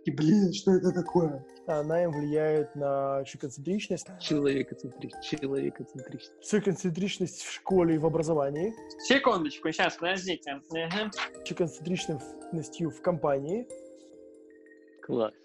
Такие, блин, что это такое? Найм влияет на человекоцентричность. Человекоцентричность. Человекоцентричность в школе и в образовании. Секундочку, сейчас, подождите. Человекоцентричностью в компании. Класс.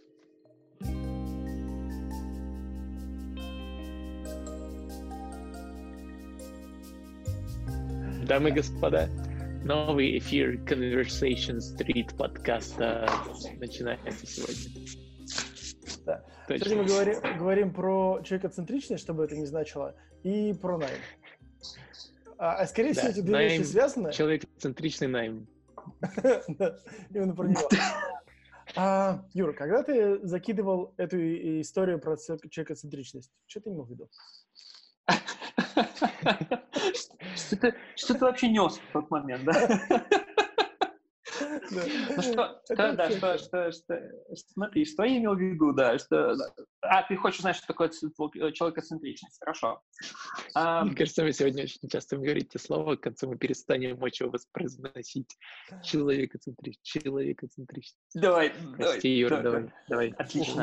Дамы и господа, новый эфир Conversation Street подкаста начинается сегодня. Да. Точно. Сегодня мы говорим про человекоцентричность, что бы это ни значило, и про найм. Скорее всего, эти две вещи связаны. Человекоцентричный найм. Да, именно про него. Юра, когда ты закидывал эту историю про человекоцентричность, что ты имел в виду? Что ты вообще нес в тот момент, да? Ну что, смотри, что я имел в виду, да, что... ты хочешь знать, что такое человекоцентричность, хорошо. Мне кажется, мы сегодня очень часто говорим это слово, к концу мы перестанем мочь его воспроизносить. Человекоцентричность. Давай. Прости, Юра, давай. Отлично.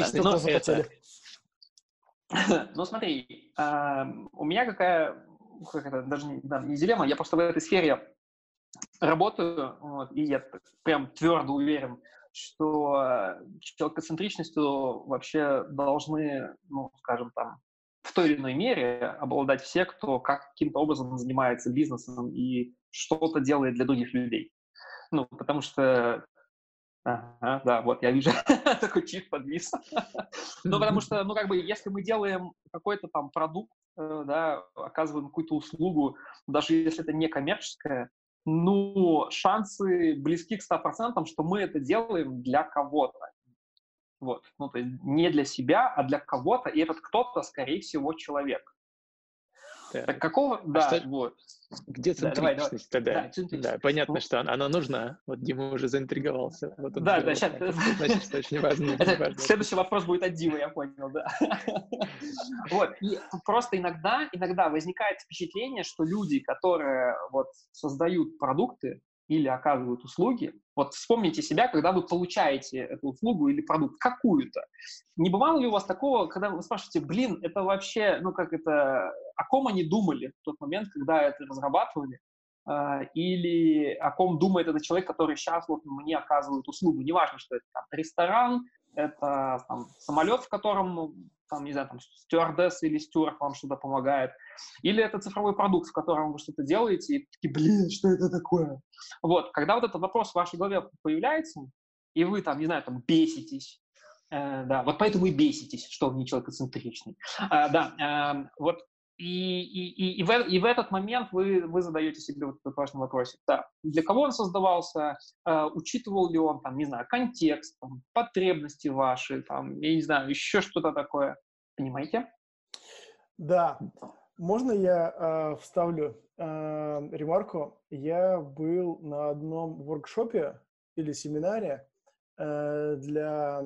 Ну, смотри, у меня даже не дилемма, я просто в этой сфере работаю, и я прям твердо уверен, что человекоцентричностью вообще должны, скажем там, в той или иной мере обладать все, кто каким-то образом занимается бизнесом и что-то делает для других людей. Потому что... да, вот, я вижу, такой чиф подвис. Потому что, если мы делаем какой-то там продукт, да, оказываем какую-то услугу, даже если это не коммерческая, шансы близки к 100%, что мы это делаем для кого-то. Вот. То есть не для себя, а для кого-то, и этот кто-то, скорее всего, человек. Так какого... вот. Где центричность тогда? Да, понятно, что она нужна. Вот Дима уже заинтриговался. Вот сейчас. Значит, что очень важно. Следующий вопрос будет от Димы, я понял, да. Вот. И просто иногда возникает впечатление, что люди, которые создают продукты или оказывают услуги, вспомните себя, когда вы получаете эту услугу или продукт какую-то. Не бывало ли у вас такого, когда вы спрашиваете, это вообще, о ком они думали в тот момент, когда это разрабатывали, или о ком думает этот человек, который сейчас мне оказывает услугу. Неважно, что это ресторан, это самолет, в котором, стюардесса или стюард вам что-то помогает, или это цифровой продукт, в котором вы что-то делаете, и такие, что это такое? Вот, когда этот вопрос в вашей голове появляется, и вы беситесь, поэтому и беситесь, что он не человекоцентричный. И в этот момент вы задаете себе этот важный вопрос. Да, для кого он создавался, учитывал ли он, контекст, потребности ваши, еще что-то такое. Понимаете? Да. Можно я вставлю ремарку? Я был на одном воркшопе или семинаре для...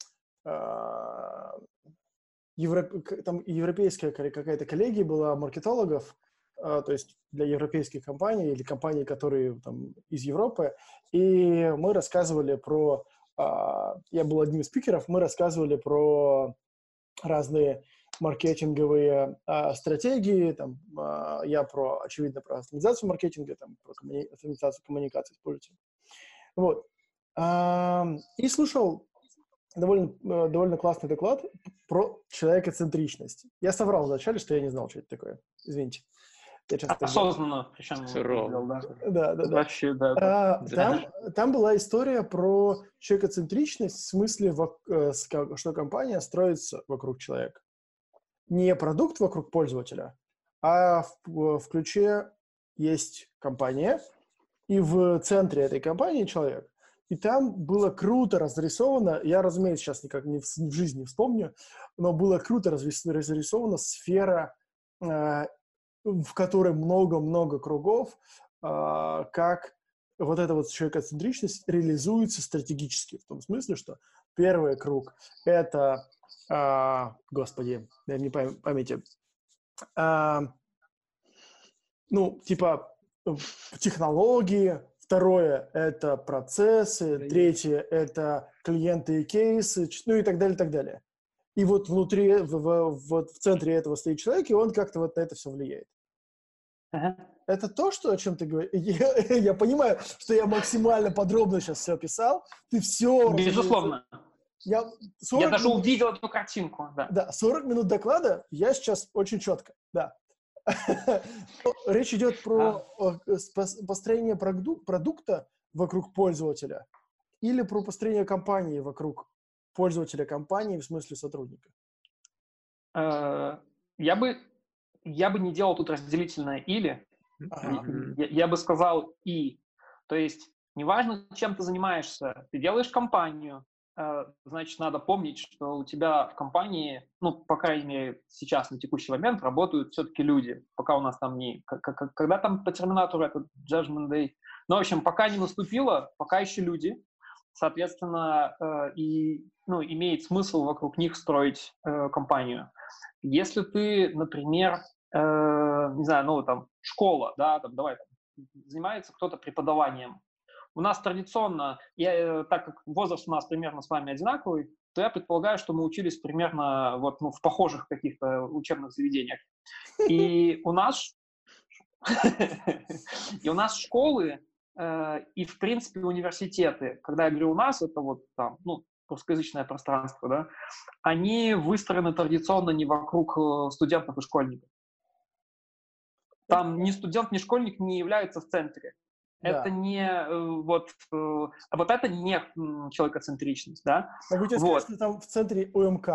Там европейская какая-то коллегия была маркетологов, то есть для европейских компаний или компаний, которые из Европы. И мы рассказывали про... я был одним из спикеров, мы рассказывали про разные маркетинговые стратегии. Я очевидно, про автоматизацию маркетинга, про автоматизацию коммуникаций с пользователем. Вот. И слушал довольно классный доклад про человекоцентричность. Я соврал вначале, что я не знал, что это такое. Извините. Осознанно, причем. Да. Вообще, да. Там была история про человекоцентричность в смысле, что компания строится вокруг человека. Не продукт вокруг пользователя, а в ключе есть компания, и в центре этой компании человек. И там было круто разрисовано, я, разумеется, сейчас никак в жизни не вспомню, но было круто разрисована сфера, в которой много-много кругов, как эта человекоцентричность реализуется стратегически. В том смысле, что первый круг – это, господи, дай мне памяти, технологии, Второе – это процессы. Третье – это клиенты и кейсы, ну и так далее, так далее. И вот внутри, вот в центре этого стоит человек, и он как-то вот на это все влияет. Это то, о чем ты говоришь? Я понимаю, что я максимально подробно сейчас все описал. Ты все... Безусловно. Я даже увидел эту картинку. Да, 40 минут доклада, я сейчас очень четко, да. Речь идет про построение продукта вокруг пользователя или про построение компании вокруг пользователя компании в смысле сотрудника? Я бы не делал тут разделительное «или». Я бы сказал «и». То есть неважно, чем ты занимаешься, ты делаешь компанию, значит, надо помнить, что у тебя в компании, ну, по крайней мере, сейчас, на текущий момент, работают все-таки люди. Пока у нас там не... Когда там по Терминатору этот Judgment Day? Ну, в общем, пока не наступило, пока еще люди. Соответственно, имеет смысл вокруг них строить компанию. Если ты, например, не знаю, там, школа, да, там, занимается кто-то преподаванием. У нас традиционно, так как возраст у нас примерно с вами одинаковый, то я предполагаю, что мы учились примерно в похожих каких-то учебных заведениях. И у нас школы и, в принципе, университеты, когда я говорю «у нас», это русскоязычное пространство, да, они выстроены традиционно не вокруг студентов и школьников. Там ни студент, ни школьник не являются в центре. Да. Это не это не человекоцентричность, да? Могу тебе сказать, что там в центре УМК.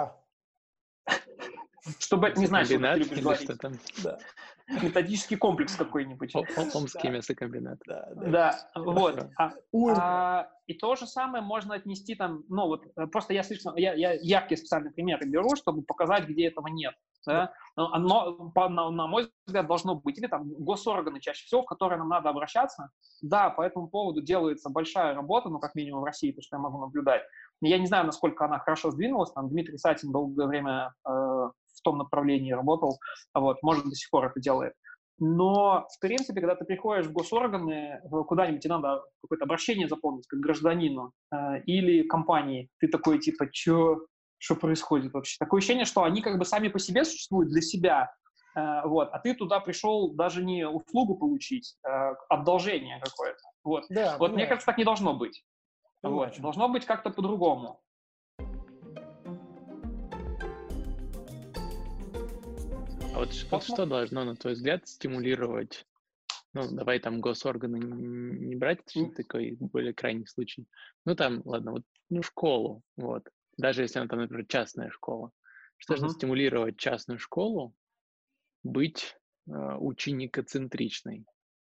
Чтобы не знать, что ты любишь говорить. Да. Методический комплекс какой-нибудь. Омский мясокомбинат. Да, вот. И то же самое можно отнести там, просто я яркие специальные примеры беру, чтобы показать, где этого нет. Да? Но, на мой взгляд, должно быть. Или там госорганы чаще всего, в которые нам надо обращаться. Да, по этому поводу делается большая работа, как минимум в России, то, что я могу наблюдать. Я не знаю, насколько она хорошо сдвинулась. Там Дмитрий Сатин долгое время в том направлении работал. Может, до сих пор это делает. Но, в принципе, когда ты приходишь в госорганы, куда-нибудь тебе надо какое-то обращение заполнить, как гражданину или компании, ты такой, типа, что происходит вообще? Такое ощущение, что они как бы сами по себе существуют для себя, а ты туда пришел даже не услугу получить, а одолжение какое-то. Да, мне кажется, так не должно быть. Должно быть как-то по-другому. А что должно, на твой взгляд, стимулировать, давай там госорганы не брать, это такой более крайний случай. Школу, даже если она там, например, частная школа. Что должно стимулировать частную школу быть ученикоцентричной?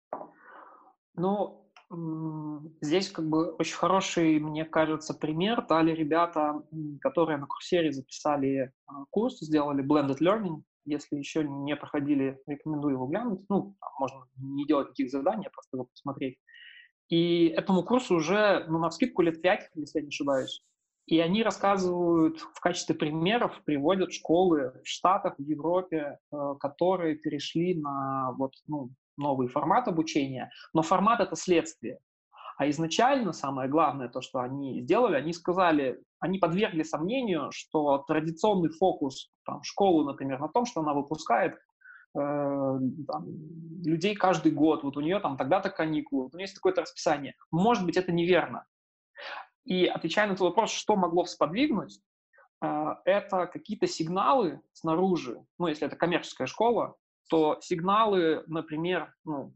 Здесь очень хороший, мне кажется, пример дали ребята, которые на Курсере записали курс, сделали Blended Learning. Если еще не проходили, рекомендую его глянуть. Можно не делать никаких заданий, а просто его посмотреть. И этому курсу уже, навскидку, лет 5, если я не ошибаюсь. И они рассказывают, в качестве примеров приводят школы в Штатах, в Европе, которые перешли на новый формат обучения. Но формат — это следствие. А изначально самое главное, то, что они сделали, они подвергли сомнению, что традиционный фокус школы, например, на том, что она выпускает людей каждый год, у нее тогда-то каникулы, у нее есть такое-то расписание. Может быть, это неверно. И отвечая на твой вопрос, что могло сподвигнуть, это какие-то сигналы снаружи. Если это коммерческая школа, то сигналы, например,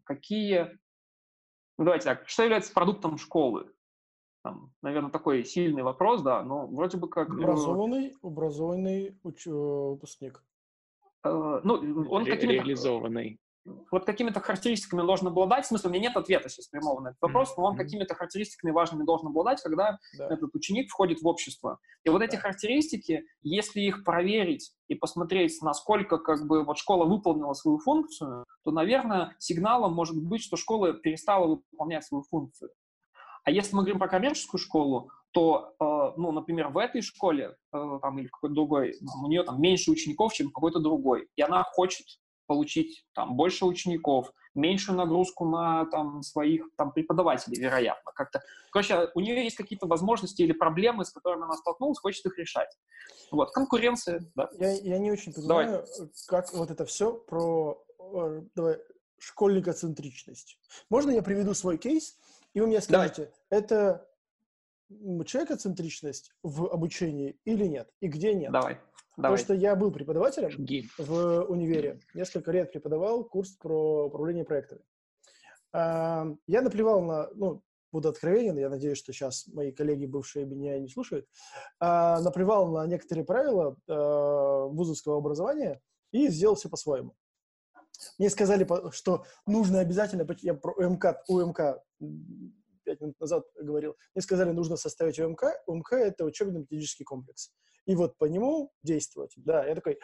давайте так, что является продуктом школы? Наверное, такой сильный вопрос, да, но вроде бы как... Образованный выпускник. Он реализованный. Какими-то характеристиками должен обладать. В смысле, у меня нет ответа сейчас прямого на этот вопрос, но он какими-то характеристиками важными должен обладать, когда этот ученик входит в общество. И эти характеристики, если их проверить и посмотреть, насколько школа выполнила свою функцию, то, наверное, сигналом может быть, что школа перестала выполнять свою функцию. А если мы говорим про коммерческую школу, то, например, в этой школе или в какой-то другой, у нее меньше учеников, чем в какой-то другой, и она хочет получить там больше учеников, меньшую нагрузку на там своих там преподавателей, вероятно, как-то. Короче, у нее есть какие-то возможности или проблемы, с которыми она столкнулась, хочет их решать. Вот, конкуренция, да. Я не очень понимаю, как вот это все про школьникоцентричность. Можно я приведу свой кейс, и вы мне скажете, это человекоцентричность в обучении или нет, и где нет? Давай. Потому что я был преподавателем в универе, несколько лет преподавал курс про управление проектами. Я наплевал на, буду откровенен, я надеюсь, что сейчас мои коллеги, бывшие меня, не слушают, наплевал на некоторые правила вузовского образования и сделал все по-своему. Мне сказали, что нужно обязательно, я про УМК 5 минут назад говорил, мне сказали, нужно составить УМК. УМК – это учебно-методический комплекс. И вот по нему действовать. Да, я такой...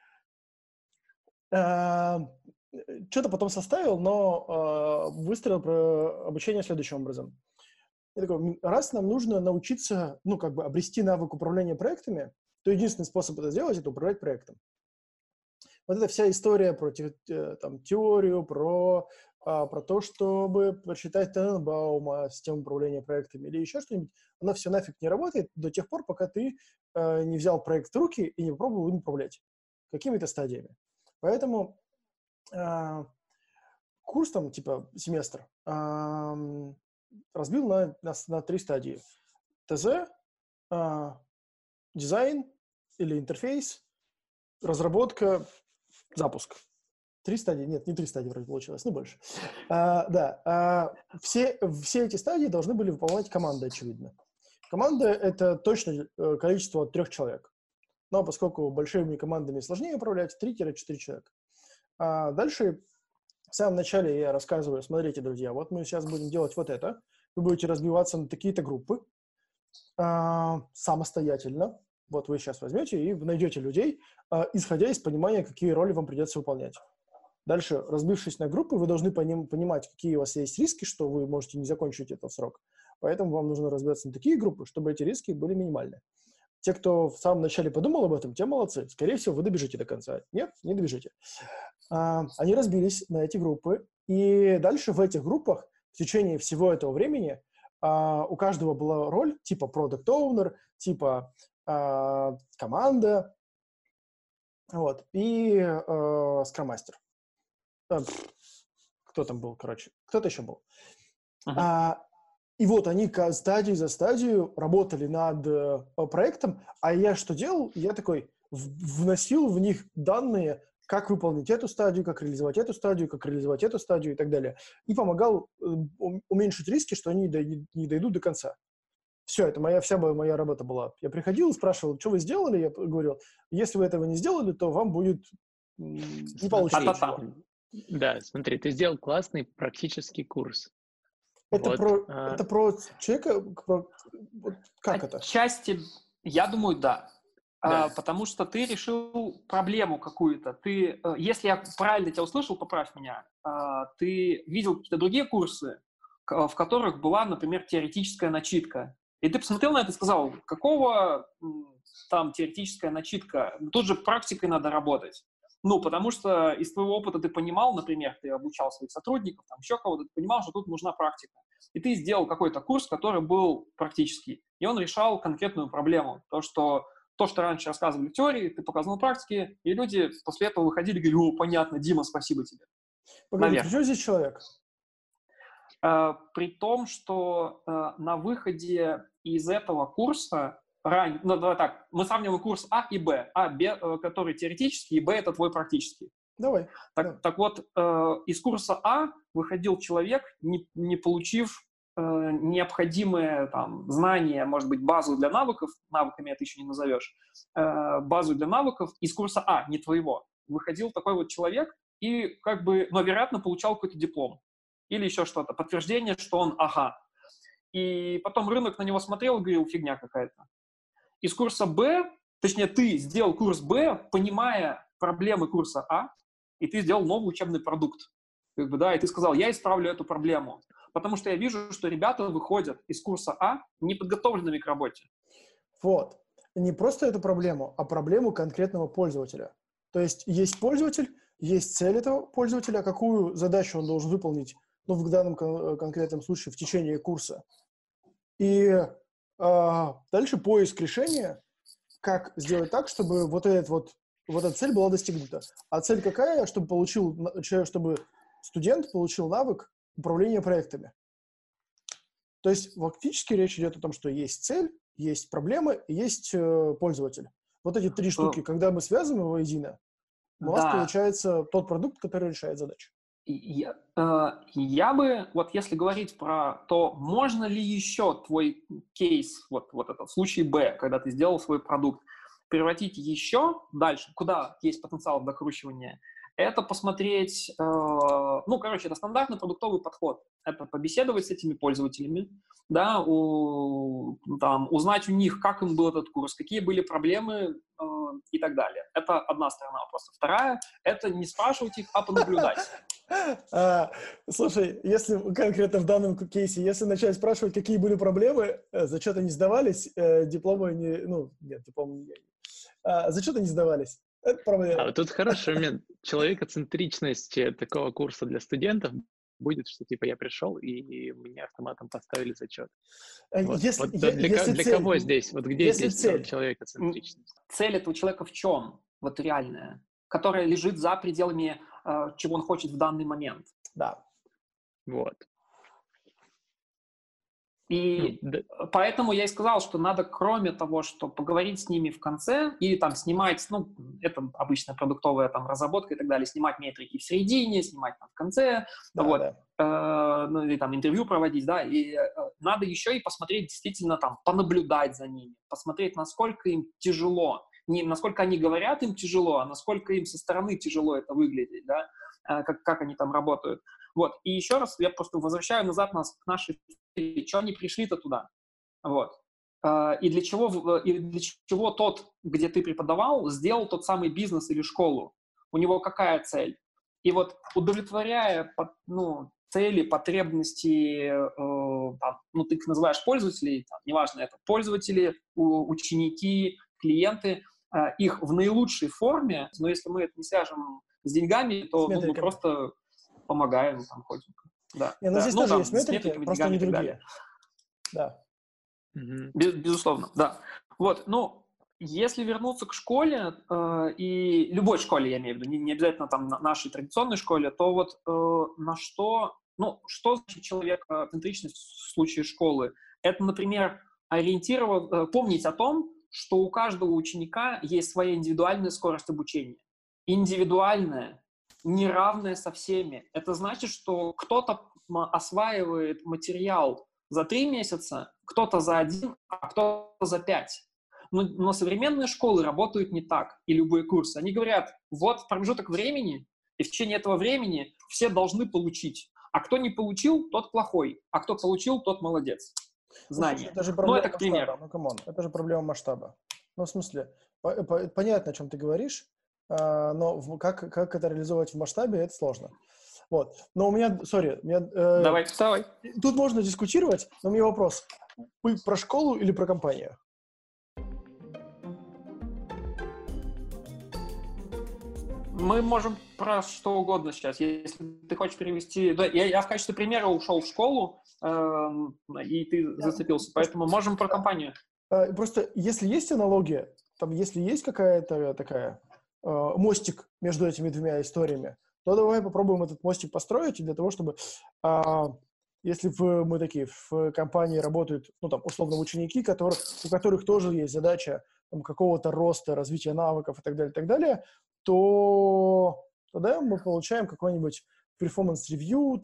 Что-то потом составил, но выстроил про обучение следующим образом. Я такой, раз нам нужно научиться, обрести навык управления проектами, то единственный способ это сделать – это управлять проектом. Вот эта вся история про теорию, про то, чтобы прочитать Тененбаума, систему управления проектами или еще что-нибудь, она все нафиг не работает до тех пор, пока ты не взял проект в руки и не попробовал им управлять какими-то стадиями. Поэтому курс, семестр, разбил на 3 стадии. ТЗ, дизайн или интерфейс, разработка, запуск. 3 стадии? Нет, не 3 стадии вроде получилось, больше. Все эти стадии должны были выполнять команды, очевидно. Команда – это точно количество от 3 человек. Но поскольку большими командами сложнее управлять, 3-4 человека. Дальше, в самом начале я рассказываю, смотрите, друзья, вот мы сейчас будем делать вот это. Вы будете разбиваться на такие-то группы самостоятельно. Вот вы сейчас возьмете и найдете людей, исходя из понимания, какие роли вам придется выполнять. Дальше, разбившись на группы, вы должны понимать, какие у вас есть риски, что вы можете не закончить это в срок. Поэтому вам нужно разбиваться на такие группы, чтобы эти риски были минимальны. Те, кто в самом начале подумал об этом, те молодцы. Скорее всего, вы добежите до конца. Нет, не добежите. Они разбились на эти группы. И дальше в этих группах в течение всего этого времени у каждого была роль типа product owner, типа команда, вот, и скрам-мастер. Кто там был, кто-то еще был. И вот они стадию за стадию работали над проектом, а я что делал? Я такой вносил в них данные, как выполнить эту стадию, как реализовать эту стадию, как реализовать эту стадию и так далее. И помогал уменьшить риски, что они не дойдут до конца. Все, это вся моя работа была. Я приходил и спрашивал, что вы сделали? Я говорил, если вы этого не сделали, то вам будет не получится ничего. Да, смотри, ты сделал классный практический курс. Это про человека? Как это? Отчасти, я думаю, да. Потому что ты решил проблему какую-то. Если я правильно тебя услышал, поправь меня, ты видел какие-то другие курсы, в которых была, например, теоретическая начитка. И ты посмотрел на это и сказал, какого там теоретическая начитка? Тут же практикой надо работать. Потому что из твоего опыта ты понимал, например, ты обучал своих сотрудников, там еще кого-то, ты понимал, что тут нужна практика. И ты сделал какой-то курс, который был практический. И он решал конкретную проблему. То, что раньше рассказывали в теории, ты показал на практике, и люди после этого выходили и говорили, понятно, Дима, спасибо тебе. Погоди, при чем здесь человек? При том, что на выходе из этого курса давай так, мы сравниваем курс А и Б. Который теоретический, и Б – это твой практический. Давай. Так вот, из курса А выходил человек, не получив необходимые знания, может быть, базу для навыков, навыками это еще не назовешь, базу для навыков из курса А, не твоего. Выходил такой вот человек и но, вероятно, получал какой-то диплом или еще что-то, подтверждение, что он ага. И потом рынок на него смотрел и говорил, фигня какая-то. Из курса Б, точнее, ты сделал курс Б, понимая проблемы курса А, и ты сделал новый учебный продукт. И ты сказал, я исправлю эту проблему. Потому что я вижу, что ребята выходят из курса А неподготовленными к работе. Вот. Не просто эту проблему, а проблему конкретного пользователя. То есть пользователь, есть цель этого пользователя, какую задачу он должен выполнить, ну, в данном конкретном случае в течение курса. И дальше поиск решения, как сделать так, чтобы вот эта цель была достигнута. А цель какая? Чтобы студент получил навык управления проектами. То есть фактически речь идет о том, что есть цель, есть проблема и есть пользователь. Вот эти три штуки, когда мы связываем воедино, у нас получается тот продукт, который решает задачу. Я бы, вот если говорить про то, можно ли еще твой кейс, вот это в случае Б, когда ты сделал свой продукт, превратить еще дальше, куда есть потенциал докручивания, это посмотреть, это стандартный продуктовый подход. Это побеседовать с этими пользователями, да, узнать у них, как им был этот курс, какие были проблемы и так далее. Это одна сторона вопроса. Вторая — это не спрашивать их, а понаблюдать. Слушай, если конкретно в данном кейсе, если начать спрашивать, какие были проблемы, зачеты не сдавались, дипломы не... Ну, нет, дипломы не... Зачеты не сдавались. Это проблема. А вот тут хороший момент. Человекоцентричности такого курса для студентов будет, что типа я пришел, и мне автоматом поставили зачет. Для кого здесь? Вот где здесь человекоцентричность? Цель этого человека в чем? Вот реальная. Которая лежит за пределами, чего он хочет в данный момент. Да. Вот. И поэтому я и сказал, что надо, кроме того, что поговорить с ними в конце, или там снимать, это обычная продуктовая там разработка и так далее, снимать метрики в середине, снимать там в конце, или там интервью проводить, да, и надо еще и посмотреть действительно там, понаблюдать за ними, посмотреть, насколько им тяжело, не насколько они говорят им тяжело, а насколько им со стороны тяжело это выглядит, да, как они там работают. Вот. И еще раз я просто возвращаю назад к нашей цели, что они пришли-то туда. Вот. И для чего тот, где ты преподавал, сделал тот самый бизнес или школу. У него какая цель? И вот удовлетворяя цели, потребности, ты их называешь пользователей, неважно, это пользователи, ученики, клиенты, их в наилучшей форме, но если мы это не свяжем с деньгами, то мы просто помогаем, ходим. Да. Здесь тоже есть метрики, просто не другие. Да. Безусловно, да. Вот, если вернуться к школе, и любой школе, я имею в виду, не обязательно там нашей традиционной школе, то вот что значит человекоцентричность в случае школы? Это, например, помнить о том, что у каждого ученика есть своя индивидуальная скорость обучения. Индивидуальная, неравная со всеми. Это значит, что кто-то осваивает материал за 3 месяца, кто-то за 1, а кто-то за 5. Но современные школы работают не так, и любые курсы. Они говорят, вот промежуток времени, и в течение этого времени все должны получить. А кто не получил, тот плохой, а кто получил, тот молодец. Знания. Это же проблема это к примеру. Это же проблема масштаба. В смысле, понятно, о чем ты говоришь, но как это реализовать в масштабе, это сложно. Вот. Но у меня, Давай, вставай. Тут можно дискутировать, но у меня вопрос. Вы про школу или про компанию? Мы можем про что угодно сейчас. Если ты хочешь перевести... Да, я в качестве примера ушел в школу, и ты зацепился, поэтому можем про компанию. Просто если есть аналогия, если есть какая-то такая мостик между этими двумя историями, то давай попробуем этот мостик построить для того, чтобы... Если мы такие в компании работают, условно, ученики, у которых тоже есть задача какого-то роста, развития навыков и так далее, то тогда мы получаем какой-нибудь performance-ревью,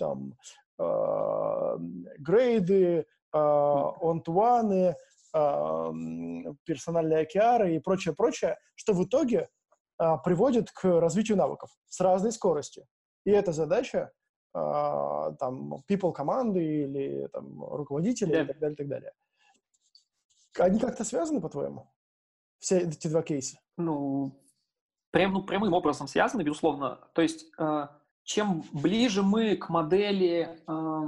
грейды, on-to-one, персональные OKR и прочее, что в итоге приводит к развитию навыков с разной скоростью. И эта задача people команды или руководителя и так далее. Они как-то связаны, по-твоему? Все эти два кейса? Прямым образом связаны, безусловно. То есть, чем ближе мы к модели,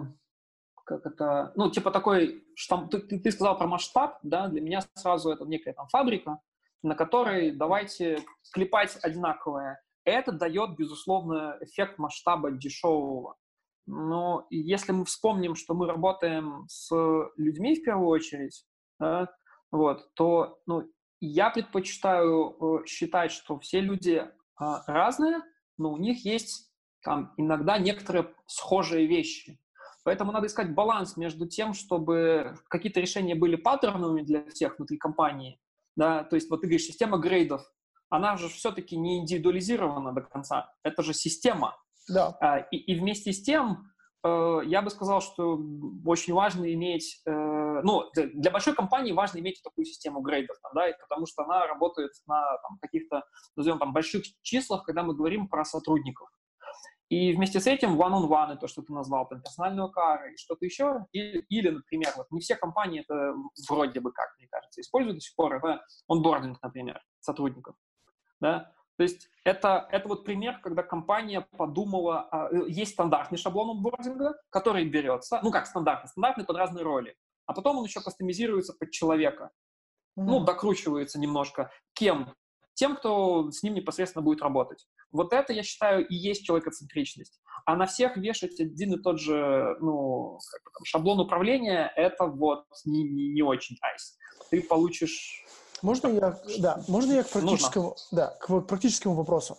такой, ты сказал про масштаб, да, для меня сразу это некая фабрика, на которой давайте клепать одинаковое. это дает, безусловно, эффект масштаба дешевого. Но если мы вспомним, что мы работаем с людьми в первую очередь, да, вот, то я предпочитаю считать, что все люди разные, но у них есть там иногда некоторые схожие вещи. Поэтому надо искать баланс между тем, чтобы какие-то решения были паттерновыми для всех внутри компании. Да? То есть, вот ты говоришь, система грейдов, она же все-таки не индивидуализирована до конца. Это же система. Да. И вместе с тем, я бы сказал, что очень важно иметь... для большой компании важно иметь такую систему грейдов, да, потому что она работает на каких-то, назовем, больших числах, когда мы говорим про сотрудников. И вместе с этим one-on-one, то, что ты назвал, персональную OKR и что-то еще, или, например, вот не все компании это вроде бы как, мне кажется, используют до сих пор, это онбординг, например, сотрудников. Да? То есть это вот пример, когда компания подумала, есть стандартный шаблон онбординга, который берется, как стандартный под разные роли, а потом он еще кастомизируется под человека, докручивается немножко. Кем? Тем, кто с ним непосредственно будет работать. Вот это, я считаю, и есть человекоцентричность. А на всех вешать один и тот же шаблон управления, это вот не очень nice. Ты получишь... Можно я к практическому вопросу?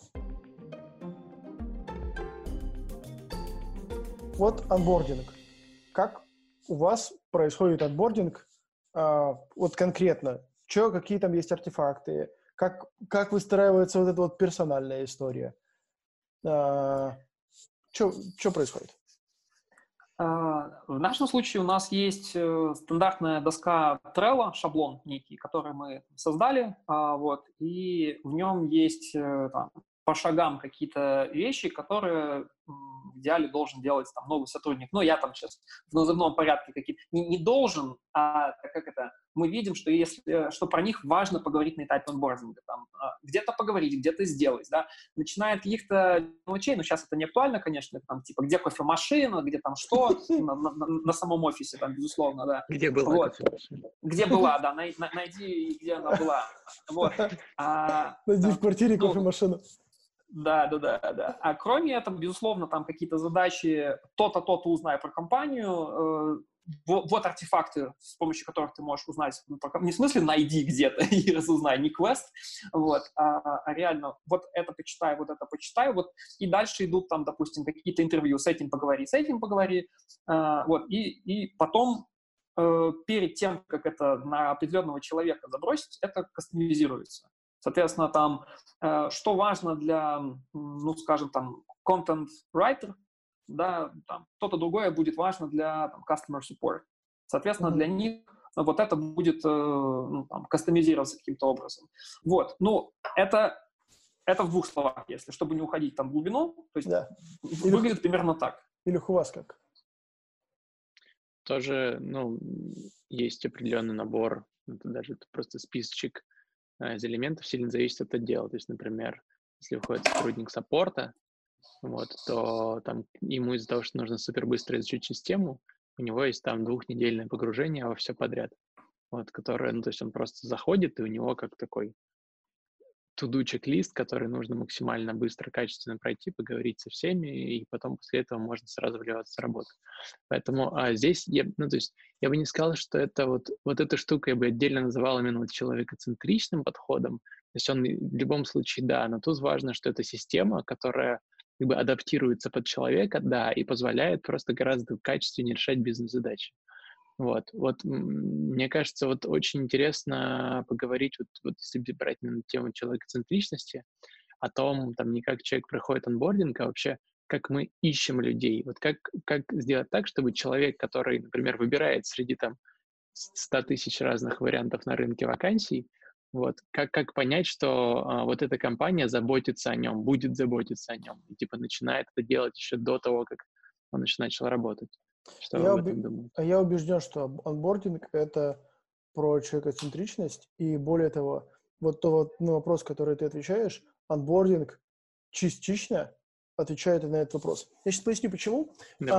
Вот онбординг. Как у вас происходит онбординг вот конкретно? Какие там есть артефакты? Как выстраивается вот эта вот персональная история? Что происходит? В нашем случае у нас есть стандартная доска Trello, шаблон некий, который мы создали, и в нем есть по шагам какие-то вещи, которые в идеале должен делать новый сотрудник. Я там сейчас в назывном порядке какие-то не должен, мы видим, что про них важно поговорить на этапе онбординга. Где-то поговорить, где-то сделать, да. Начиная от каких-то мелочей, сейчас это не актуально, конечно, где кофемашина, где там что, на самом офисе, безусловно, да. Где была кофемашина? Где была, да, найди, где она была. Найди в квартире кофемашину. Да. А кроме этого, безусловно, какие-то задачи, то-то узнай про компанию, вот артефакты, с помощью которых ты можешь узнать, не в смысле найди где-то и разузнай, не квест, а реально вот это почитай, и дальше идут допустим, какие-то интервью, с этим поговори, и потом перед тем, как это на определенного человека забросить, это кастомизируется. Соответственно, что важно для, content writer, да, что-то другое будет важно для customer support. Соответственно, для них вот это будет кастомизироваться каким-то образом. Это в двух словах, чтобы не уходить в глубину. То есть выглядит примерно так. Или у вас как? Тоже, есть определенный набор, это просто списочек из элементов, сильно зависит от отдела. То есть, например, если выходит сотрудник саппорта, то ему из-за того, что нужно супербыстро изучить систему, у него есть двухнедельное погружение во все подряд, которое, то есть он просто заходит, и у него как такой to-do чек-лист, который нужно максимально быстро, качественно пройти, поговорить со всеми, и потом после этого можно сразу вливаться в работу. Поэтому здесь я бы не сказал, что это вот эта штука я бы отдельно называл именно человекоцентричным подходом. То есть он в любом случае, да, но тут важно, что это система, которая адаптируется под человека, да, и позволяет просто гораздо качественнее решать бизнес-задачи. Мне кажется, очень интересно поговорить, если брать на тему человекоцентричности, о том, не как человек проходит онбординг, а вообще, как мы ищем людей. Как сделать так, чтобы человек, который, например, выбирает среди 100 тысяч разных вариантов на рынке вакансий, как понять, что эта компания заботится о нем, будет заботиться о нем, и начинает это делать еще до того, как он еще начал работать. Что вы об этом думаете? Я убежден, что онбординг — это про человекоцентричность, и более того, на вопрос, который ты отвечаешь, онбординг частично отвечает на этот вопрос. Я сейчас поясню, почему.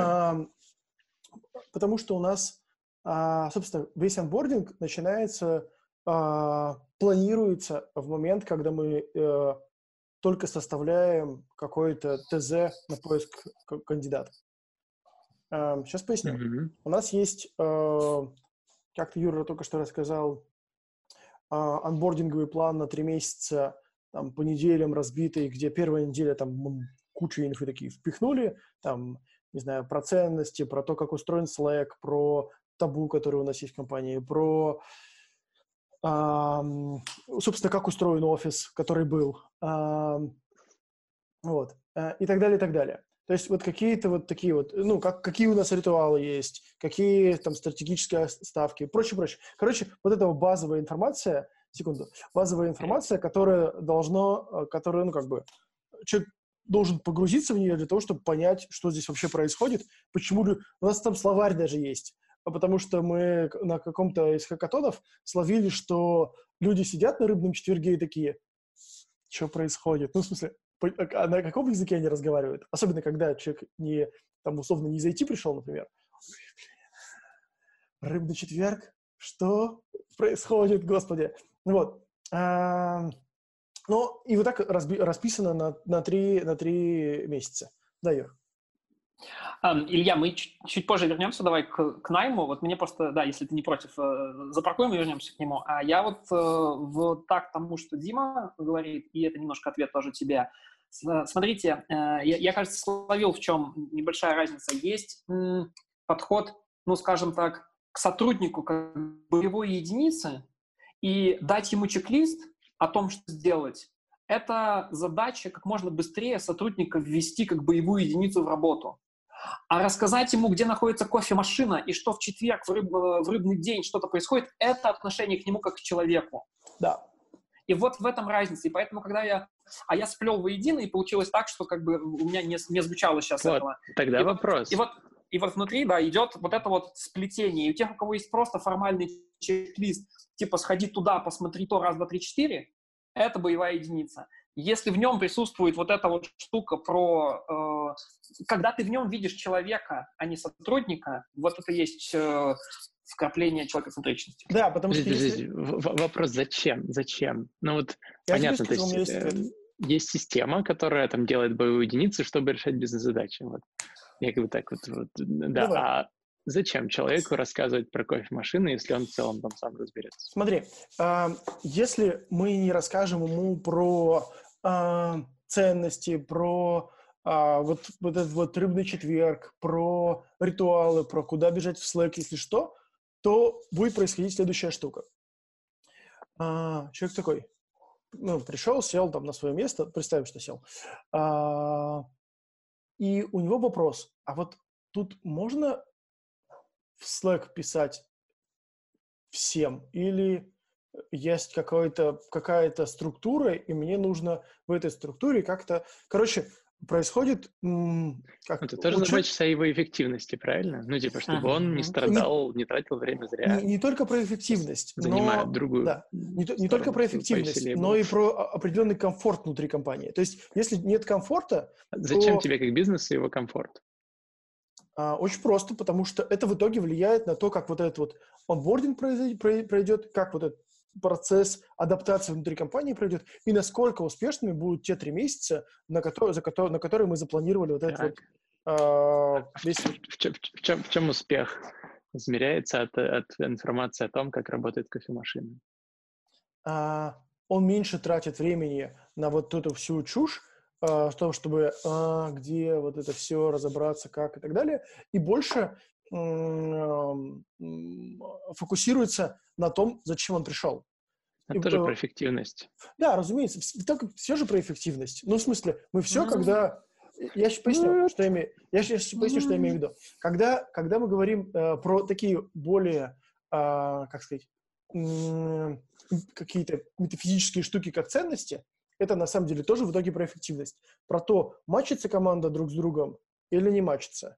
Потому что у нас, собственно, весь онбординг начинается, планируется в момент, когда мы только составляем какой-то ТЗ на поиск кандидата. Сейчас поясню. У нас есть, как Юра только что рассказал, онбординговый план на 3 месяца, там, по неделям разбитый, где первая неделя там кучу инфы такие впихнули, там, не знаю, про ценности, про то, как устроен Slack, про табу, который у нас есть в компании, про, собственно, как устроен офис, который был, вот, и так далее, и так далее. То есть вот какие-то вот такие вот, ну, какие у нас ритуалы есть, какие там стратегические ставки, прочее, прочее. Короче, вот эта базовая информация, базовая информация, которая, ну, как бы, человек должен погрузиться в нее для того, чтобы понять, что здесь вообще происходит, почему у нас там словарь даже есть, потому что мы на каком-то из хакатонов словили, что люди сидят на рыбном четверге и такие, что происходит? Ну, в смысле, а на каком языке они разговаривают? Особенно, когда человек там, условно, не из IT пришел, например. Рыбный четверг? Что происходит, господи? Вот. Ну, и вот так расписано на 3 месяца. Да, Юр? Илья, мы чуть позже вернемся, давай к найму. Вот мне просто, да, если ты не против, запаркуем и вернемся к нему. А я вот так тому, что Дима говорит, и это немножко ответ тоже тебе. Смотрите, я, кажется, словил, в чем небольшая разница. Есть подход, ну, скажем так, к сотруднику как боевой единицы и дать ему чек-лист о том, что сделать. Это задача как можно быстрее сотрудника ввести как боевую единицу в работу. А рассказать ему, где находится кофемашина и что в четверг, в рыбный день что-то происходит, это отношение к нему как к человеку. Да. И вот в этом разница. И поэтому, когда я сплел воедино, и получилось так, что как бы у меня не звучало сейчас вот, этого. Тогда вопрос. И вот внутри, да, идет вот это вот сплетение. И у тех, у кого есть просто формальный чек-лист, типа сходи туда, посмотри то, 1, 2, 3, 4, это боевая единица. Если в нем присутствует вот эта вот штука про... когда ты в нем видишь человека, а не сотрудника, вот это есть вкрапление человекоцентричности. Да, потому что... Вопрос, зачем? Ну вот, я понятно, то есть система, которая там делает боевую единицу, чтобы решать бизнес-задачи. Вот. Я как бы так вот да. Давай. А зачем человеку рассказывать про кофемашину, если он в целом там сам разберется? Смотри, если мы не расскажем ему про ценности, про вот этот вот рыбный четверг, про ритуалы, про куда бежать в Slack, если что, то будет происходить следующая штука. Человек такой, ну, пришел, сел там на свое место, представим, что сел, и у него вопрос, а вот тут можно в Slack писать всем или есть какая-то структура, и мне нужно в этой структуре как-то... Короче, происходит... Это тоже заботится о его эффективности, правильно? Ну, типа, чтобы он не страдал, не тратил время зря. Не только про эффективность, занимает другую. Да, не только про эффективность, но и про определенный комфорт внутри компании. То есть, если нет комфорта... Зачем тебе как бизнесу его комфорт? Очень просто, потому что это в итоге влияет на то, как вот этот вот онбординг пройдет, как вот этот процесс адаптации внутри компании пройдет, и насколько успешными будут те 3 месяца, на которые мы запланировали вот этот вот весь... В чем успех измеряется от информации о том, как работает кофемашина? Он меньше тратит времени на вот эту всю чушь, в том, чтобы где вот это все разобраться, как и так далее, и больше фокусируется на том, зачем он пришел. Это тоже про эффективность. Да, разумеется. Все же про эффективность. Ну, в смысле, мы все, когда... Я сейчас поясню, что я имею в виду. Когда мы говорим про такие более, как сказать, какие-то метафизические штуки, как ценности, это на самом деле тоже в итоге про эффективность. Про то, матчится команда друг с другом или не матчится.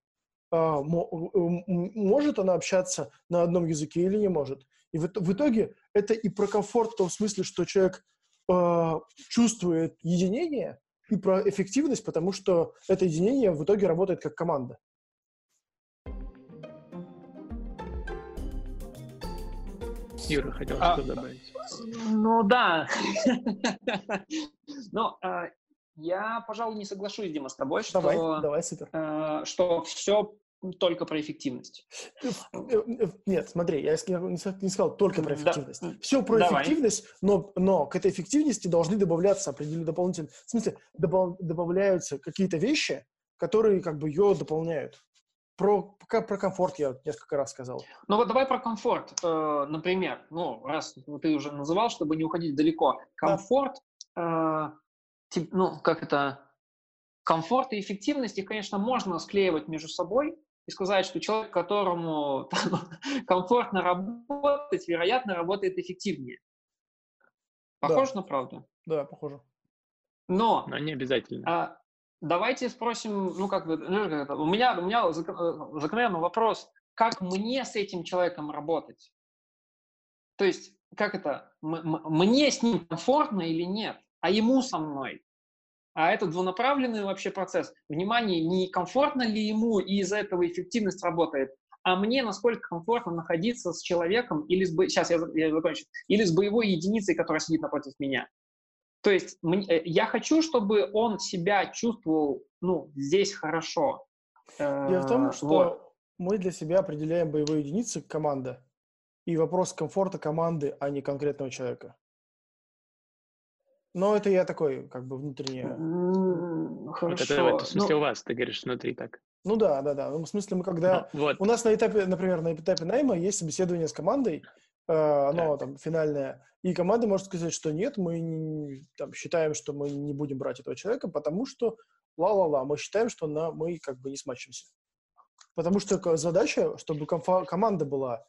Может она общаться на одном языке или не может. И в итоге это и про комфорт в том смысле, что человек чувствует единение, и про эффективность, потому что это единение в итоге работает как команда. Юра хотел что добавить. Ну да. Но Я, пожалуй, не соглашусь, Дима, с тобой, Давай, супер. Что все только про эффективность. Нет, смотри, я не сказал только про эффективность. Все про Давай. эффективность, но к этой эффективности должны добавляться определенные дополнительные... В смысле, добавляются какие-то вещи, которые как бы ее дополняют. Про комфорт я несколько раз сказал. Ну вот давай про комфорт. Например, раз ты уже называл, чтобы не уходить далеко. Комфорт, комфорт и эффективность, их, конечно, можно склеивать между собой и сказать, что человек, которому комфортно работать, вероятно, работает эффективнее. Похоже на правду? Да, похоже. Но не обязательно. Давайте спросим, у меня закономерный вопрос, как мне с этим человеком работать? То есть, мне с ним комфортно или нет, а ему со мной? А это двунаправленный вообще процесс. Внимание, не комфортно ли ему, и из-за этого эффективность работает, а мне насколько комфортно находиться с человеком или или с боевой единицей, которая сидит напротив меня. То есть я хочу, чтобы он себя чувствовал, здесь хорошо. Дело в том, что мы для себя определяем боевые единицы команда. И вопрос комфорта команды, а не конкретного человека. Но это я такой, как бы, внутренне... Хорошо. Это в смысле у вас, ты говоришь, внутри так. Ну да. В смысле, мы когда... У нас на этапе найма есть собеседование с командой, оно там финальное, и команда может сказать, что нет, мы считаем, что мы не будем брать этого человека, потому что мы считаем, что мы как бы не смачимся. Потому что задача, чтобы команда была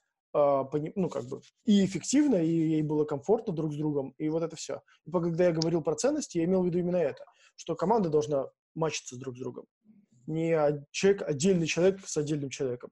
и эффективно, и ей было комфортно друг с другом, и вот это все. И когда я говорил про ценности, я имел в виду именно это, что команда должна матчиться друг с другом. Не отдельный человек с отдельным человеком.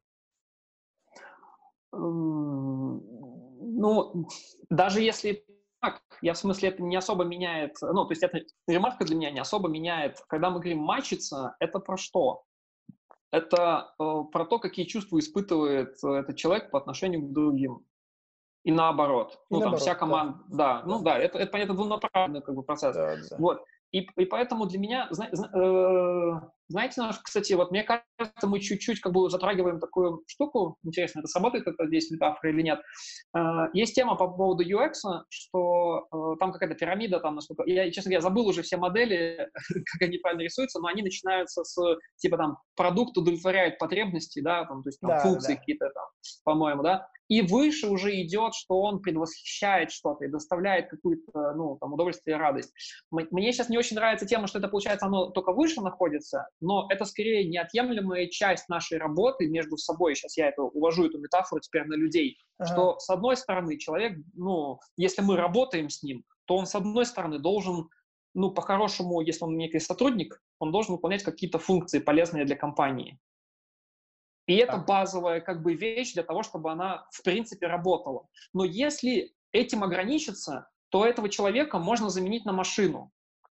Даже если так, в смысле, это не особо меняет, то есть эта ремарка для меня не особо меняет. Когда мы говорим «матчиться», это про что? Это про то, какие чувства испытывает этот человек по отношению к другим. И наоборот. Вся команда... Да. Это понятно, двунаправленный процесс. Да. Вот. И поэтому для меня, знаете, кстати, мне кажется, мы чуть-чуть затрагиваем такую штуку, интересно, это сработает это здесь метафора или нет. Есть тема по поводу UX, что там какая-то пирамида, я, честно говоря, забыл уже все модели, как они правильно рисуются, но они начинаются с, продукт удовлетворяет потребности, функции какие-то по-моему, да, и выше уже идет, что он предвосхищает что-то и доставляет какое-то, удовольствие и радость. Мне сейчас не очень нравится тема, что это, получается, оно только выше находится, но это скорее неотъемлемая часть нашей работы между собой. Сейчас я увожу эту метафору теперь на людей, что, с одной стороны, человек, если мы работаем с ним, то он, с одной стороны, должен, по-хорошему, если он некий сотрудник, он должен выполнять какие-то функции, полезные для компании. И это базовая вещь для того, чтобы она, в принципе, работала. Но если этим ограничиться, то этого человека можно заменить на машину.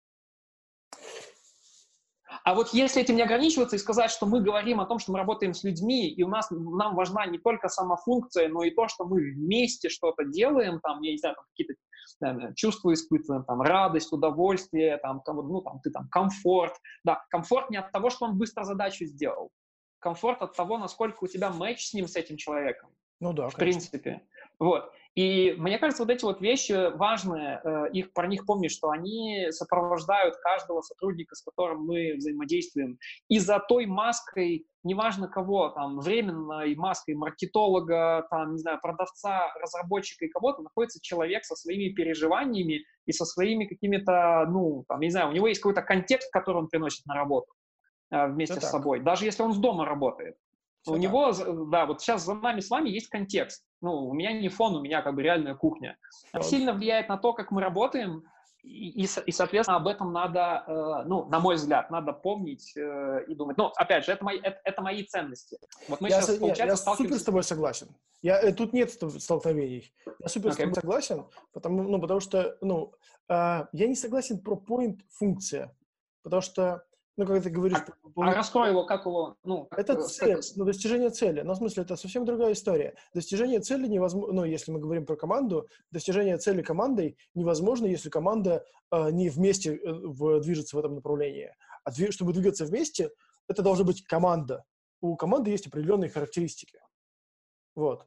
А вот если этим не ограничиваться и сказать, что мы говорим о том, что мы работаем с людьми, и нам важна не только сама функция, но и то, что мы вместе что-то делаем, какие-то чувства испытываем, радость, удовольствие, комфорт. Да, комфорт не от того, что он быстро задачу сделал. Комфорт от того, насколько у тебя матч с ним, с этим человеком. В принципе. Вот. И мне кажется, вот эти вещи важные, про них помнить, что они сопровождают каждого сотрудника, с которым мы взаимодействуем. И за той маской, неважно кого, временной маской маркетолога, продавца, разработчика и кого-то, находится человек со своими переживаниями и со своими какими-то, у него есть какой-то контекст, который он приносит на работу вместе с собой, даже если он с дома работает. У него, вот сейчас за нами с вами есть контекст. У меня не фон, у меня реальная кухня. Это сильно влияет на то, как мы работаем, и соответственно, об этом надо, на мой взгляд, надо помнить и думать. Но, опять же, это мои ценности. Вот мы сейчас, я супер с тобой согласен. Тут нет столкновений. Я супер с тобой согласен, потому что, я не согласен про point функция, потому что Ну, когда ты говоришь... раскрой его, как его... Ну, это цель, достижение цели. Но, в смысле, это совсем другая история. Достижение цели невозможно... Ну, если мы говорим про команду, достижение цели командой невозможно, если команда не вместе движется в этом направлении. А чтобы двигаться вместе, это должна быть команда. У команды есть определенные характеристики. Вот.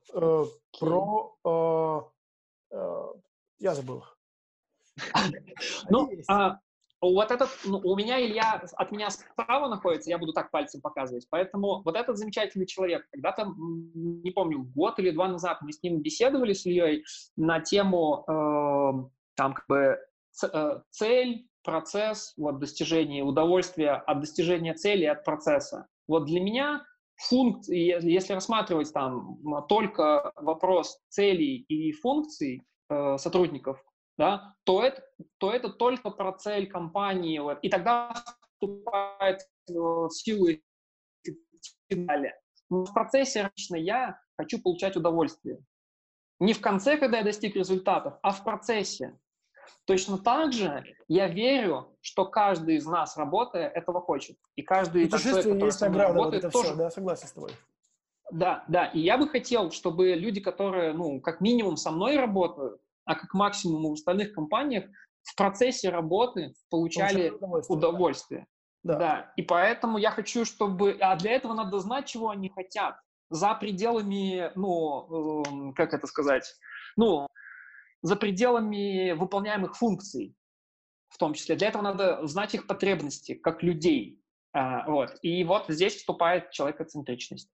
Я забыл их. Ну, вот этот, у меня Илья от меня справа находится, я буду так пальцем показывать, поэтому вот этот замечательный человек, когда-то, не помню, год или 2 назад мы с ним беседовали с Ильей на тему там как бы цель, процесс, вот достижение удовольствия от достижения цели, от процесса. Вот для меня функции, если рассматривать там только вопрос целей и функций сотрудников, да, то это только про цель компании, вот, и тогда вступает в силу далее. Но в процессе лично я хочу получать удовольствие. Не в конце, когда я достиг результатов, а в процессе. Точно так же я верю, что каждый из нас, работая, этого хочет. И каждый человек, который есть награда, работает, вот это тоже... Все, да, согласен с тобой. Да, и я бы хотел, чтобы люди, которые, как минимум со мной работают, а как максимум в остальных компаниях, в процессе работы получали удовольствие. Да. И поэтому я хочу, чтобы... А для этого надо знать, чего они хотят. За пределами, как это сказать, за пределами выполняемых функций, в том числе. Для этого надо знать их потребности, как людей. Вот. И вот здесь вступает человекоцентричность.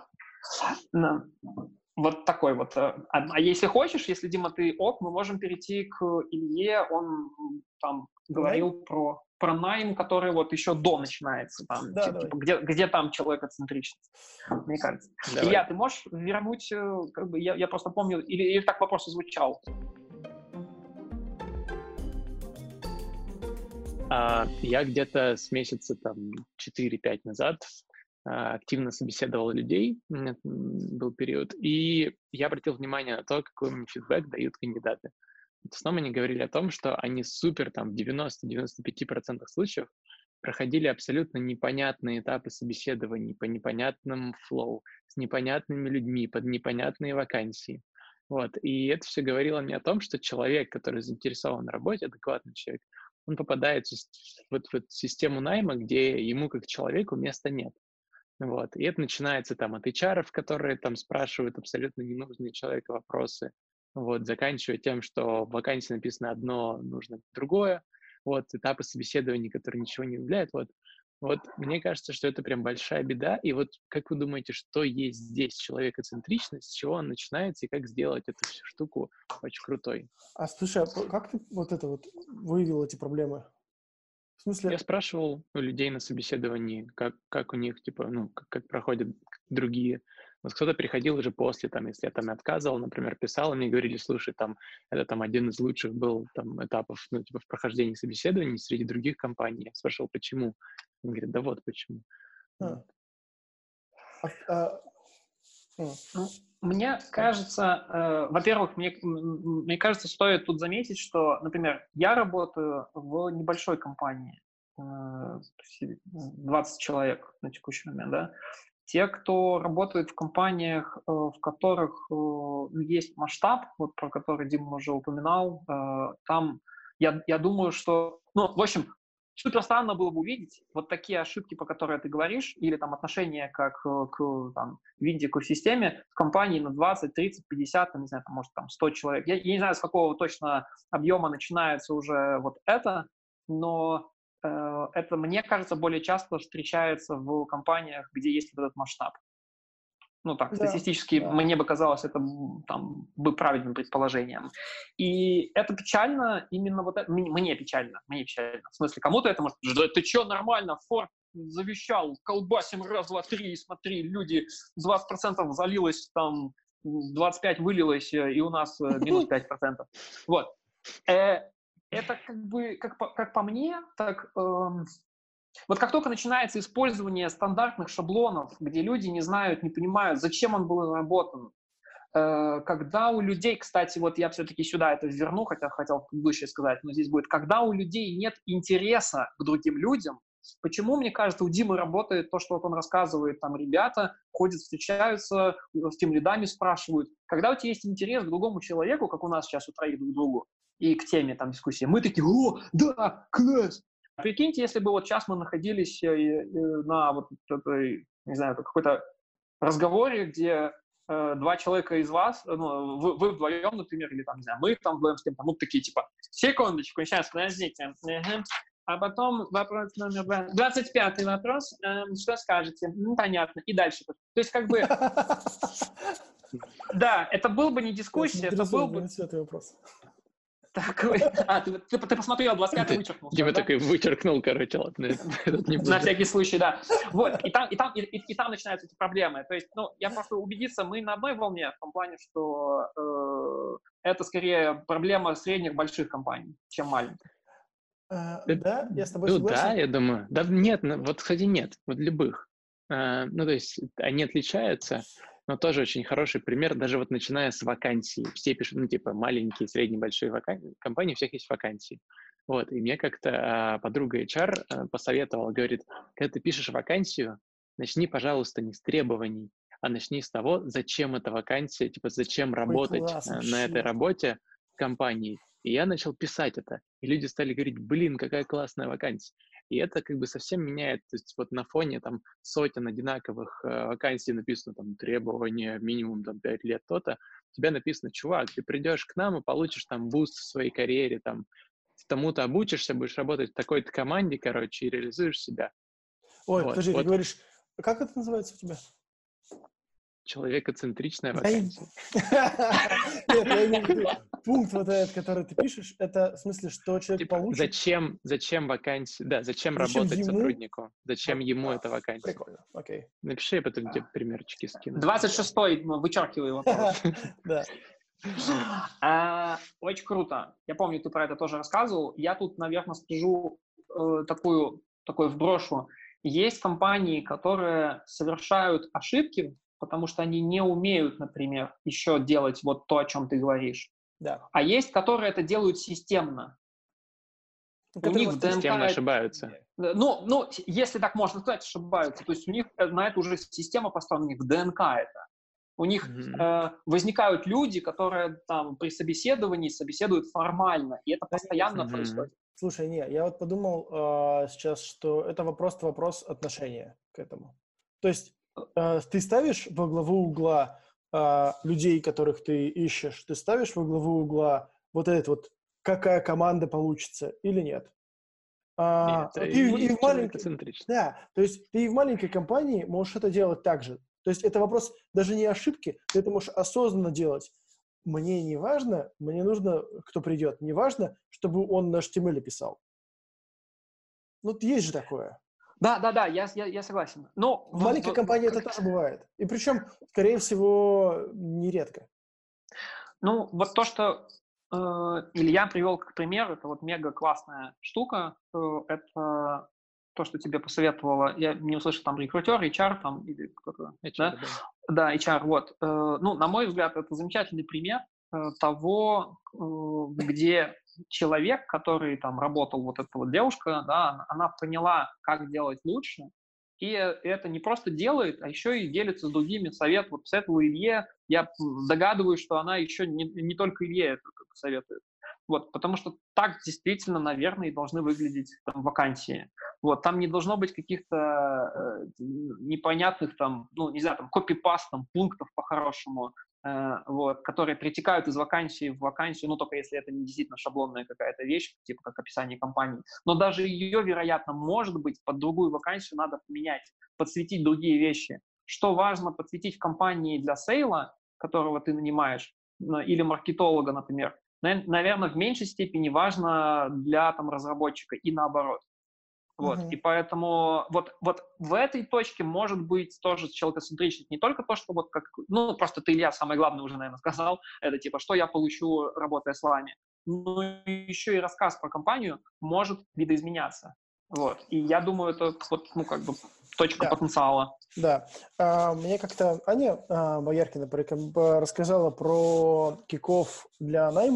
Вот такой вот. А если хочешь, если, Дима, ты мы можем перейти к Илье. Он там говорил про найм, который вот еще до начинается. Там, да, где там человекоцентричность, мне кажется. Давай. Илья, ты можешь вернуть, я просто помню, или так вопрос звучал? Я где-то с месяца 4-5 назад активно собеседовал людей, у меня был период, и я обратил внимание на то, какой мне фидбэк дают кандидаты. В основном они говорили о том, что они супер, в 90-95% случаев проходили абсолютно непонятные этапы собеседований по непонятному флоу, с непонятными людьми, под непонятные вакансии. Вот. И это все говорило мне о том, что человек, который заинтересован в работе, адекватный человек, он попадает в систему найма, где ему как человеку места нет. Вот. И это начинается от HR, которые спрашивают абсолютно ненужные человеку вопросы, вот, заканчивая тем, что в вакансии написано одно, нужно другое, вот, этапы собеседования, которые ничего не являют, вот, мне кажется, что это прям большая беда, и вот как вы думаете, что есть здесь человекоцентричность, с чего он начинается, и как сделать эту всю штуку очень крутой? Слушай, а как ты выявил эти проблемы? В смысле? Я спрашивал у людей на собеседовании, как у них, как проходят другие. Вот кто-то приходил уже после, если я отказывал, например, писал, и мне говорили, слушай, это один из лучших был этапов, в прохождении собеседований среди других компаний. Я спрашивал, почему? Он говорит, да вот почему. Мне кажется, во-первых, мне кажется, стоит тут заметить, что, например, я работаю в небольшой компании, 20 человек на текущий момент, да. Те, кто работает в компаниях, в которых есть масштаб, вот про который Дима уже упоминал, там, я думаю, что, в общем, супер странно было бы увидеть вот такие ошибки, по которым ты говоришь, или отношение как к виндику в системе в компании на 20, 30, 50, не знаю, может 100 человек. Я не знаю, с какого точно объема начинается уже вот это, но это, мне кажется, более часто встречается в компаниях, где есть вот этот масштаб. Статистически мне бы казалось, это бы правильным предположением. И это печально, именно вот это, мне печально. В смысле, кому-то это может, да ты что, нормально, Форд завещал, колбасим раз, два, три, смотри, люди, 20% залилось, 25 вылилось, и у нас минус 5%. Вот. Это как по мне, так... Вот как только начинается использование стандартных шаблонов, где люди не знают, не понимают, зачем он был разработан, когда у людей, кстати, вот я все-таки сюда это верну, хотя хотел предыдущее сказать, но здесь будет, когда у людей нет интереса к другим людям, Почему, мне кажется, у Димы работает то, что вот он рассказывает, там ребята ходят, встречаются, с тимлидами спрашивают. Когда у тебя есть интерес к другому человеку, как у нас сейчас у троих друг к другу, и к теме там дискуссии, мы такие: о, да, класс! Прикиньте, если бы вот сейчас мы находились на вот этой, не знаю, какой-то разговоре, где два человека из вас, ну, вы вдвоем, например, или там, не знаю, мы там вдвоем с кем-то, ну, такие, типа, секундочку, сейчас, подождите. А потом вопрос номер 25-й вопрос. Что скажете? Ну, понятно. И дальше. То есть, как бы... Да, это был бы не дискуссия, это был бы... вопрос. Такой... ты посмотрел, 25-й вычеркнул. Дима такой вычеркнул, короче, ладно. На всякий случай, да. Вот, и там начинаются эти проблемы. То есть, ну, я просто убедиться, мы на одной волне, в том плане, что это скорее проблема средних больших компаний, чем маленьких. Да, я с тобой согласен. Да, я думаю. Да, нет, вот, кстати, нет. Вот любых. Ну, то есть, они отличаются, но тоже очень хороший пример, даже вот начиная с вакансий. Все пишут, ну, типа, маленькие, средние, большие компании, у всех есть вакансии. Вот, и мне как-то подруга HR посоветовала, говорит, когда ты пишешь вакансию, начни, пожалуйста, не с требований, а начни с того, зачем эта вакансия, типа, зачем работать на этой работе в компании. И я начал писать это, и люди стали говорить: блин, какая классная вакансия. И это как бы совсем меняет, то есть вот на фоне там сотен одинаковых вакансий написано там требования минимум там 5 лет то-то, у тебя написано: чувак, ты придешь к нам и получишь там буст в своей карьере, там тому-то обучишься, будешь работать в такой-то команде, короче, и реализуешь себя. Ой, вот, подожди, ты говоришь, как это называется у тебя? Человекоцентричная вакансия. Нет, я имею в виду пункт вот этот, который ты пишешь, это в смысле, что человек получит... Зачем вакансия, да, зачем работать сотруднику, зачем ему эта вакансия. Прикольно, окей. Напиши, я потом тебе примерчики скину. 26-й, вычеркиваю вопрос. Да. Очень круто. Я помню, ты про это тоже рассказывал. Я тут, наверное, скажу такую вброшу. Есть компании, которые совершают ошибки, потому что они не умеют, например, еще делать вот то, о чем ты говоришь. Да. А есть, которые это делают системно. У них в ДНК... Системно ошибаются. Ну, если так можно сказать, ошибаются. То есть у них на это уже система построена, у них в ДНК это. У них возникают люди, которые там при собеседовании собеседуют формально, и это постоянно происходит. Слушай, я вот подумал сейчас, что это вопрос отношения к этому. То есть ты ставишь во главу угла людей, которых ты ищешь, ты ставишь во главу угла вот этот вот, какая команда получится или нет? И в маленькой, да, то есть ты и в маленькой компании можешь это делать так же. То есть это вопрос даже не ошибки, ты это можешь осознанно делать. Мне не важно, мне нужно, кто придет, не важно, чтобы он на HTML писал. Ну, есть же такое. Да, я согласен. Но в маленькой компании это тоже бывает. И причем, скорее всего, нередко. Ну, вот то, что Илья привел как пример, это вот мега классная штука. Это то, что тебе посоветовала, я не услышал, там, рекрутер, HR, там, или кто-то, HR, да, HR, вот. Ну, на мой взгляд, это замечательный пример того, где человек, который там работал, вот эта вот девушка, да, она поняла, как делать лучше, и это не просто делает, а еще и делится с другими советом. Вот советовала Илье, я догадываюсь, что она еще не только Илье это советует. Вот, потому что так действительно, наверное, и должны выглядеть там вакансии. Вот, там не должно быть каких-то непонятных там, ну, не знаю, там, копипаст, там, пунктов по-хорошему, вот, которые перетекают из вакансии в вакансию, ну, только если это не действительно шаблонная какая-то вещь, типа как описание компании. Но даже ее, вероятно, может быть, под другую вакансию надо поменять, подсветить другие вещи. Что важно подсветить в компании для сейла, которого ты нанимаешь, или маркетолога, например, наверное, в меньшей степени важно для там, разработчика и наоборот. Вот. И поэтому вот в этой точке может быть тоже человекоцентричность. Не только то, что вот как, ну, просто ты, Илья, самое главное уже, наверное, сказал, это типа, что я получу, работая с вами. Но еще и рассказ про компанию может видоизменяться. Вот. И я думаю, это вот, ну, как бы точка потенциала. Да. Мне как-то Аня Бояркина рассказала про кик-офф для найма,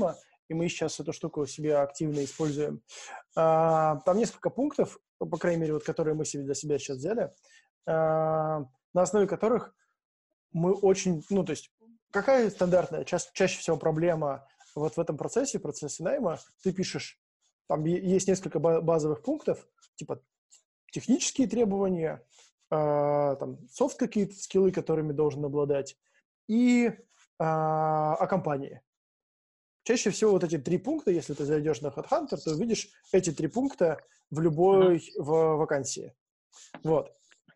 и мы сейчас эту штуку себе активно используем. Там несколько пунктов, по крайней мере, вот, которые мы себе для себя сейчас взяли, на основе которых мы очень, ну, то есть, какая стандартная, чаще всего проблема вот в этом процессе найма, ты пишешь, там есть несколько базовых пунктов, типа технические требования, там, софт какие-то скиллы, которыми должен обладать, и о компании. Чаще всего вот эти 3 пункта, если ты зайдешь на HeadHunter, то увидишь эти 3 пункта в любой вакансии. Вот.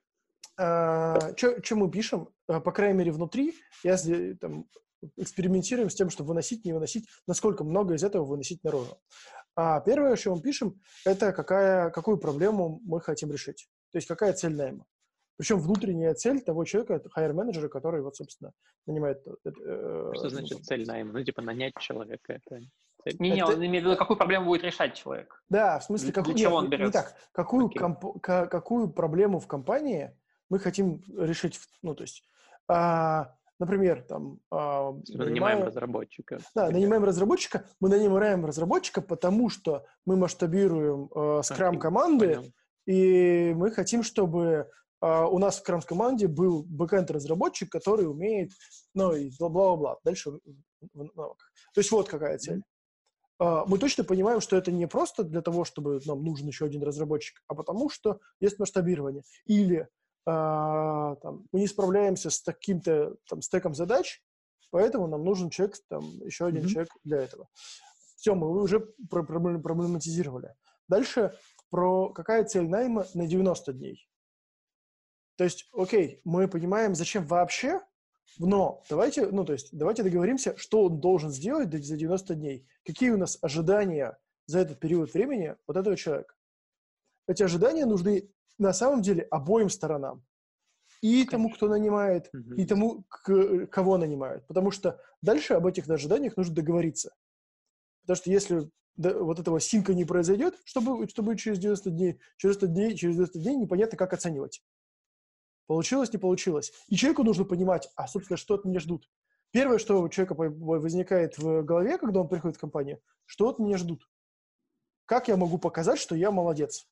Что мы пишем? По крайней мере, внутри там, экспериментируем с тем, чтобы выносить, не выносить, насколько много из этого выносить наружу. Первое, что мы пишем, это какую проблему мы хотим решить. То есть какая цель найма. Причем внутренняя цель того человека, хайр-менеджера, который, вот, собственно, нанимает... Что значит цель найма? Ну, типа, нанять человека. Это цель. Не, он имеет в виду, какую проблему будет решать человек. Да, в смысле, для чего он берется? Не так. Какую проблему в компании мы хотим решить? Ну, то есть, например, там... нанимаем разработчика. Да, нанимаем разработчика. Мы нанимаем разработчика, потому что мы масштабируем скрам-команды, и мы хотим, чтобы... у нас в скрам-команде был бэкэнд-разработчик, который умеет, ну, и бла-бла-бла. Дальше в навыках. То есть вот какая цель. Мы точно понимаем, что это не просто для того, чтобы нам нужен еще один разработчик, а потому что есть масштабирование. Или там, мы не справляемся с таким-то там, стеком задач, поэтому нам нужен человек, там, еще один человек для этого. Все, мы уже проблематизировали. Дальше про какая цель найма на 90 дней. То есть, окей, мы понимаем, зачем вообще, но давайте договоримся, что он должен сделать за 90 дней. Какие у нас ожидания за этот период времени от этого человека. Эти ожидания нужны на самом деле обоим сторонам. И тому, кто нанимает, и тому, кого нанимают. Потому что дальше об этих ожиданиях нужно договориться. Потому что если вот этого синка не произойдет, что будет через 90 дней? Через 90 дней непонятно, как оценивать. Получилось, не получилось. И человеку нужно понимать, собственно, что от меня ждут. Первое, что у человека возникает в голове, когда он приходит в компанию, что от меня ждут. Как я могу показать, что я молодец?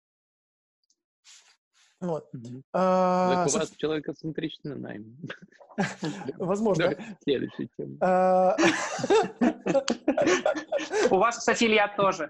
Вот. Так у вас человекоцентричный найм. Возможно. Следующая тема. У вас, кстати, Илья тоже.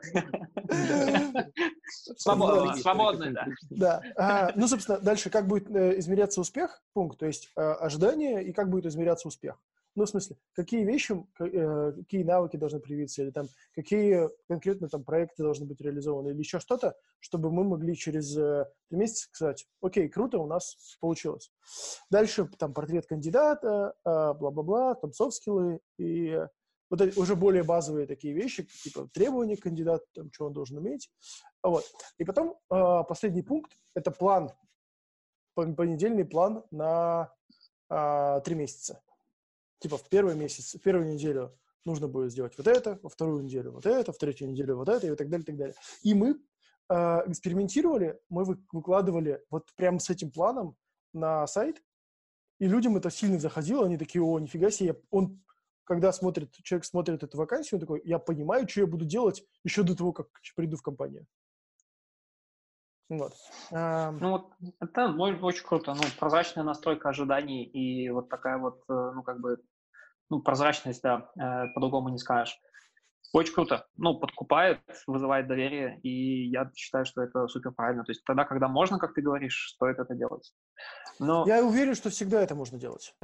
Свободный, да. Да. Ну, собственно, дальше как будет измеряться успех? Пункт. То есть ожидание и как будет измеряться успех. Ну, в смысле, какие вещи, какие навыки должны проявиться, или там какие конкретно там проекты должны быть реализованы, или еще что-то, чтобы мы могли через 3 месяца сказать, окей, круто, у нас получилось. Дальше там портрет кандидата, бла-бла-бла, там софт-скиллы и вот эти уже более базовые такие вещи, типа требования к кандидату, там, что он должен уметь. Вот. И потом последний пункт – это план, понедельный план на 3 месяца. Типа в первый месяц, в первую неделю нужно будет сделать вот это, во вторую неделю вот это, в третью неделю вот это и так далее, и так далее. И мы экспериментировали, мы выкладывали вот прямо с этим планом на сайт, и людям это сильно заходило, они такие, о, нифига себе, когда человек смотрит эту вакансию, он такой, я понимаю, что я буду делать еще до того, как приду в компанию. Вот. Ну, вот это очень круто. Ну, прозрачная настройка ожиданий и вот такая вот, прозрачность, да, по-другому не скажешь. Очень круто. Ну, подкупает, вызывает доверие, и я считаю, что это супер правильно. То есть тогда, когда можно, как ты говоришь, стоит это делать. Но... Я уверен, что всегда это можно делать.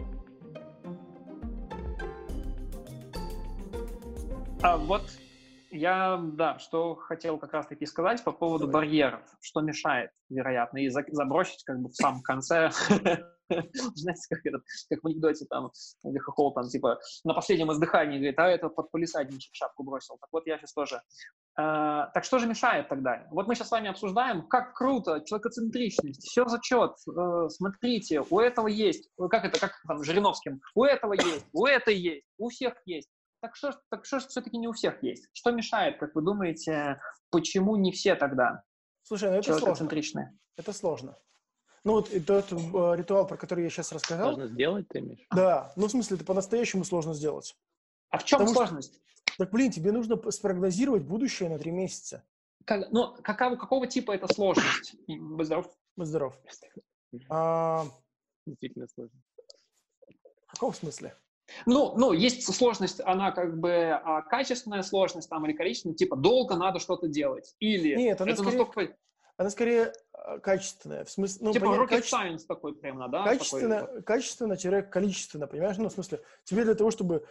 Вот я, что хотел как раз-таки сказать по поводу барьеров, что мешает, вероятно, и забросить как бы в самом конце, знаете, как в анекдоте там, где хохол там, типа, на последнем издыхании говорит, это под полисадничек шапку бросил. Так вот я сейчас тоже. Так что же мешает тогда? Вот мы сейчас с вами обсуждаем, как круто, человекоцентричность, все зачет, смотрите, у этого есть, как там Жириновским, у этого есть, у этой есть, у всех есть. Так что же все-таки не у всех есть? Что мешает, как вы думаете, почему не все тогда? Слушай, это сложно. Это сложно. Ну вот тот ритуал, про который я сейчас рассказал. Сложно сделать, ты имеешь? Да, ну в смысле, это по-настоящему сложно сделать. А в чем сложность? Так, блин, тебе нужно спрогнозировать будущее на 3 месяца. Так, сложность? Так, блин, тебе нужно спрогнозировать будущее на 3 месяца. Какого типа это сложность? Будь здоров. Будь здоров. Действительно сложно. В каком смысле? Есть сложность, она как бы качественная сложность там или количественная, типа долго надо что-то делать. Или Нет, это настолько... Она скорее качественная. В смысле, типа rocket science такой прямо, да? Качественно-количественно, понимаешь? В смысле, тебе для того, чтобы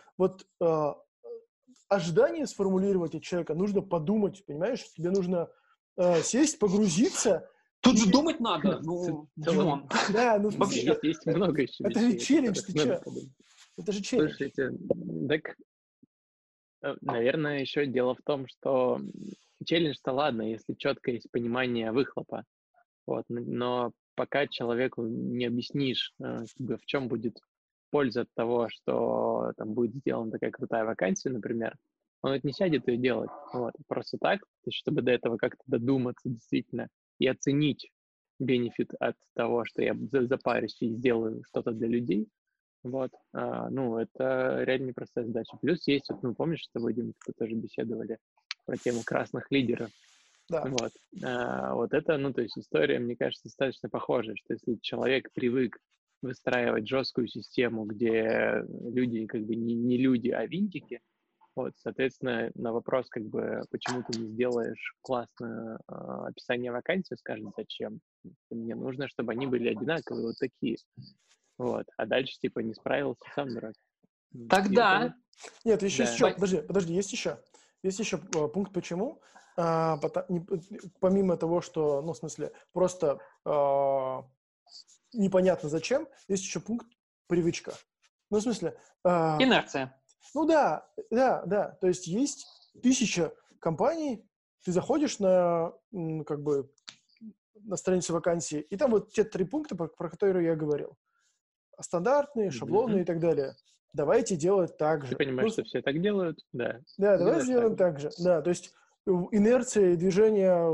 ожидание сформулировать от человека, нужно подумать, понимаешь? Тебе нужно сесть, погрузиться. Тут же думать надо. Димон. Да, есть много еще это вещей. Это же челлендж, ты что? Это же челлендж. Слушайте, так, наверное, еще дело в том, что челлендж-то ладно, если четко есть понимание выхлопа. Вот, но пока человеку не объяснишь, в чем будет польза от того, что там будет сделана такая крутая вакансия, например, он это не сядет ее делать. Вот. Просто так, чтобы до этого как-то додуматься действительно и оценить бенефит от того, что я запарюсь и сделаю что-то для людей, вот, это реально непростая задача. Плюс есть, помнишь, с тобой, Дим, мы тоже беседовали про тему красных лидеров. Да. Вот это, то есть история, мне кажется, достаточно похожая, что если человек привык выстраивать жесткую систему, где люди как бы не люди, а винтики, вот, соответственно, на вопрос, как бы, почему ты не сделаешь классное описание вакансии, скажет, зачем? Мне нужно, чтобы они были одинаковые, вот такие. Вот. А дальше, типа, не справился, сам дурак. Тогда... Нет, еще. Подожди, есть еще. Есть еще пункт, почему. Помимо того, что, в смысле, просто непонятно зачем, есть еще пункт привычка. В смысле... Инерция. Да. То есть 1000 компаний, ты заходишь на страницу вакансии, и там вот те 3 пункта, про которые я говорил. Стандартные, шаблонные и так далее. Давайте делать так же. Ты понимаешь, что все так делают? Да. Да, давай сделаем так же. Да, то есть инерция и движение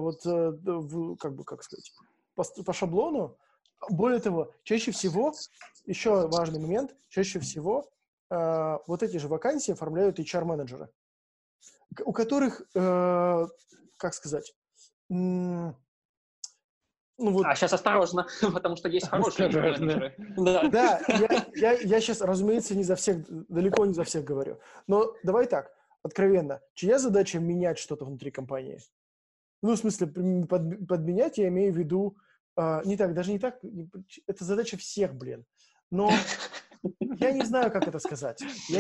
по шаблону. Более того, чаще всего, еще важный момент, чаще всего вот эти же вакансии оформляют HR-менеджеры, у которых, сейчас осторожно, потому что есть хорошие менеджеры. Да, я сейчас, разумеется, далеко не за всех говорю. Но давай так, откровенно, чья задача менять что-то внутри компании? В смысле, подменять я имею в виду, даже не так, это задача всех, блин. Но я не знаю, как это сказать.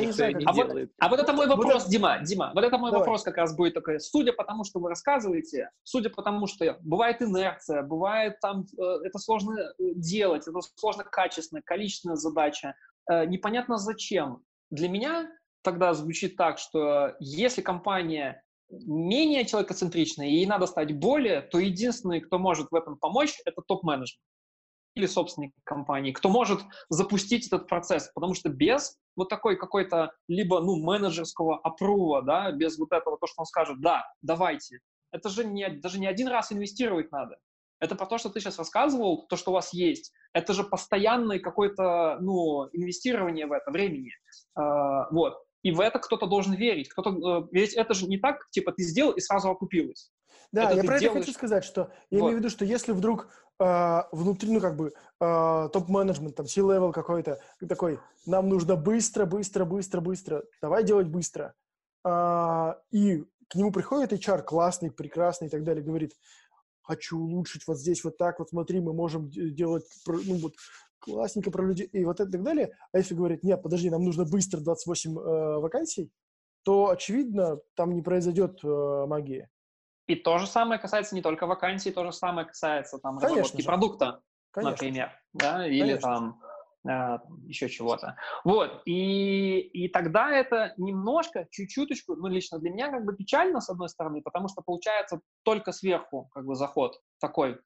Вот это мой вопрос, Дима. Вот это мой вопрос как раз будет такой. Судя по тому, что вы рассказываете, судя по тому, что бывает инерция, бывает там, это сложно делать, это сложно качественно, количественная задача, непонятно зачем. Для меня тогда звучит так, что если компания менее человекоцентричная, и ей надо стать более, то единственный, кто может в этом помочь, это топ-менеджмент или собственник компании, кто может запустить этот процесс, потому что без вот такой какой-то либо, менеджерского апрува, да, без вот этого, то, что он скажет, да, давайте, это же даже не один раз инвестировать надо. Это про то, что ты сейчас рассказывал, то, что у вас есть, это же постоянное какое-то, инвестирование в это времени, вот. И в это кто-то должен верить. Ведь это же не так, типа, ты сделал и сразу окупилось. Да, я про это хочу сказать, что я имею в виду, что если вдруг внутри, топ-менеджмент, там, C-level какой-то такой, нам нужно быстро, давай делать быстро. И к нему приходит HR классный, прекрасный и так далее, говорит, хочу улучшить вот здесь, вот так, вот смотри, мы можем делать, классненько про людей, и вот это и так далее. А если говорит, нет, подожди, нам нужно быстро 28 вакансий, то, очевидно, там не произойдет магии. И то же самое касается не только вакансий, то же самое касается там разработки продукта, например, да, или там еще чего-то. Вот, и тогда это немножко, чуть-чуточку, лично для меня как бы печально, с одной стороны, потому что получается только сверху как бы заход такой,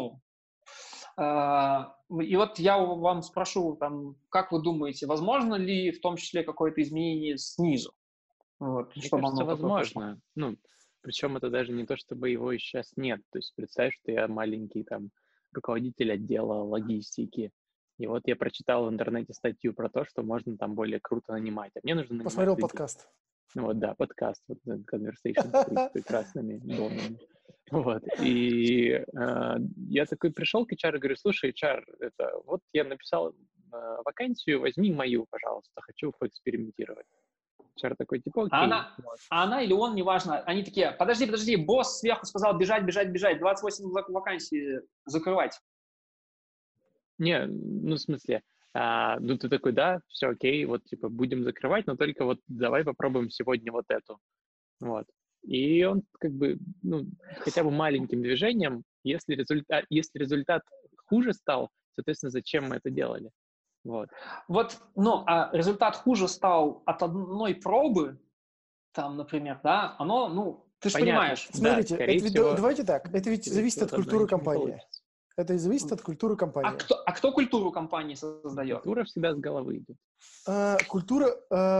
и вот я вам спрошу, там, как вы думаете, возможно ли в том числе какое-то изменение снизу? Вот, мне кажется, возможно. Причем это даже не то, чтобы его сейчас нет. То есть представь, что я маленький там руководитель отдела логистики, И вот я прочитал в интернете статью про то, что можно там более круто нанимать. А мне нужно нанимать Посмотрел людей. подкаст. Ну вот, да, подкаст, вот Conversation с прекрасными домами. Вот, и я такой пришел к HR и говорю, слушай, HR, вот я написал вакансию, возьми мою, пожалуйста, хочу поэкспериментировать. HR такой, типа, окей. Она или он, неважно, они такие, подожди, босс сверху сказал бежать, 28 вакансий закрывать. Не, ну, в смысле, ну, ты такой, да, все окей, вот, типа, будем закрывать, но только вот давай попробуем сегодня вот эту. Вот. И он как бы, ну, хотя бы маленьким движением, если результат хуже стал, соответственно, зачем мы это делали? Вот. А результат хуже стал от одной пробы, там, например, да, оно, ну, ты же понимаешь. Смотрите, да, это ведь, давайте так, это ведь зависит от культуры компании. Это зависит от культуры компании. А кто культуру компании создает? Культура всегда с головы идет. Культура,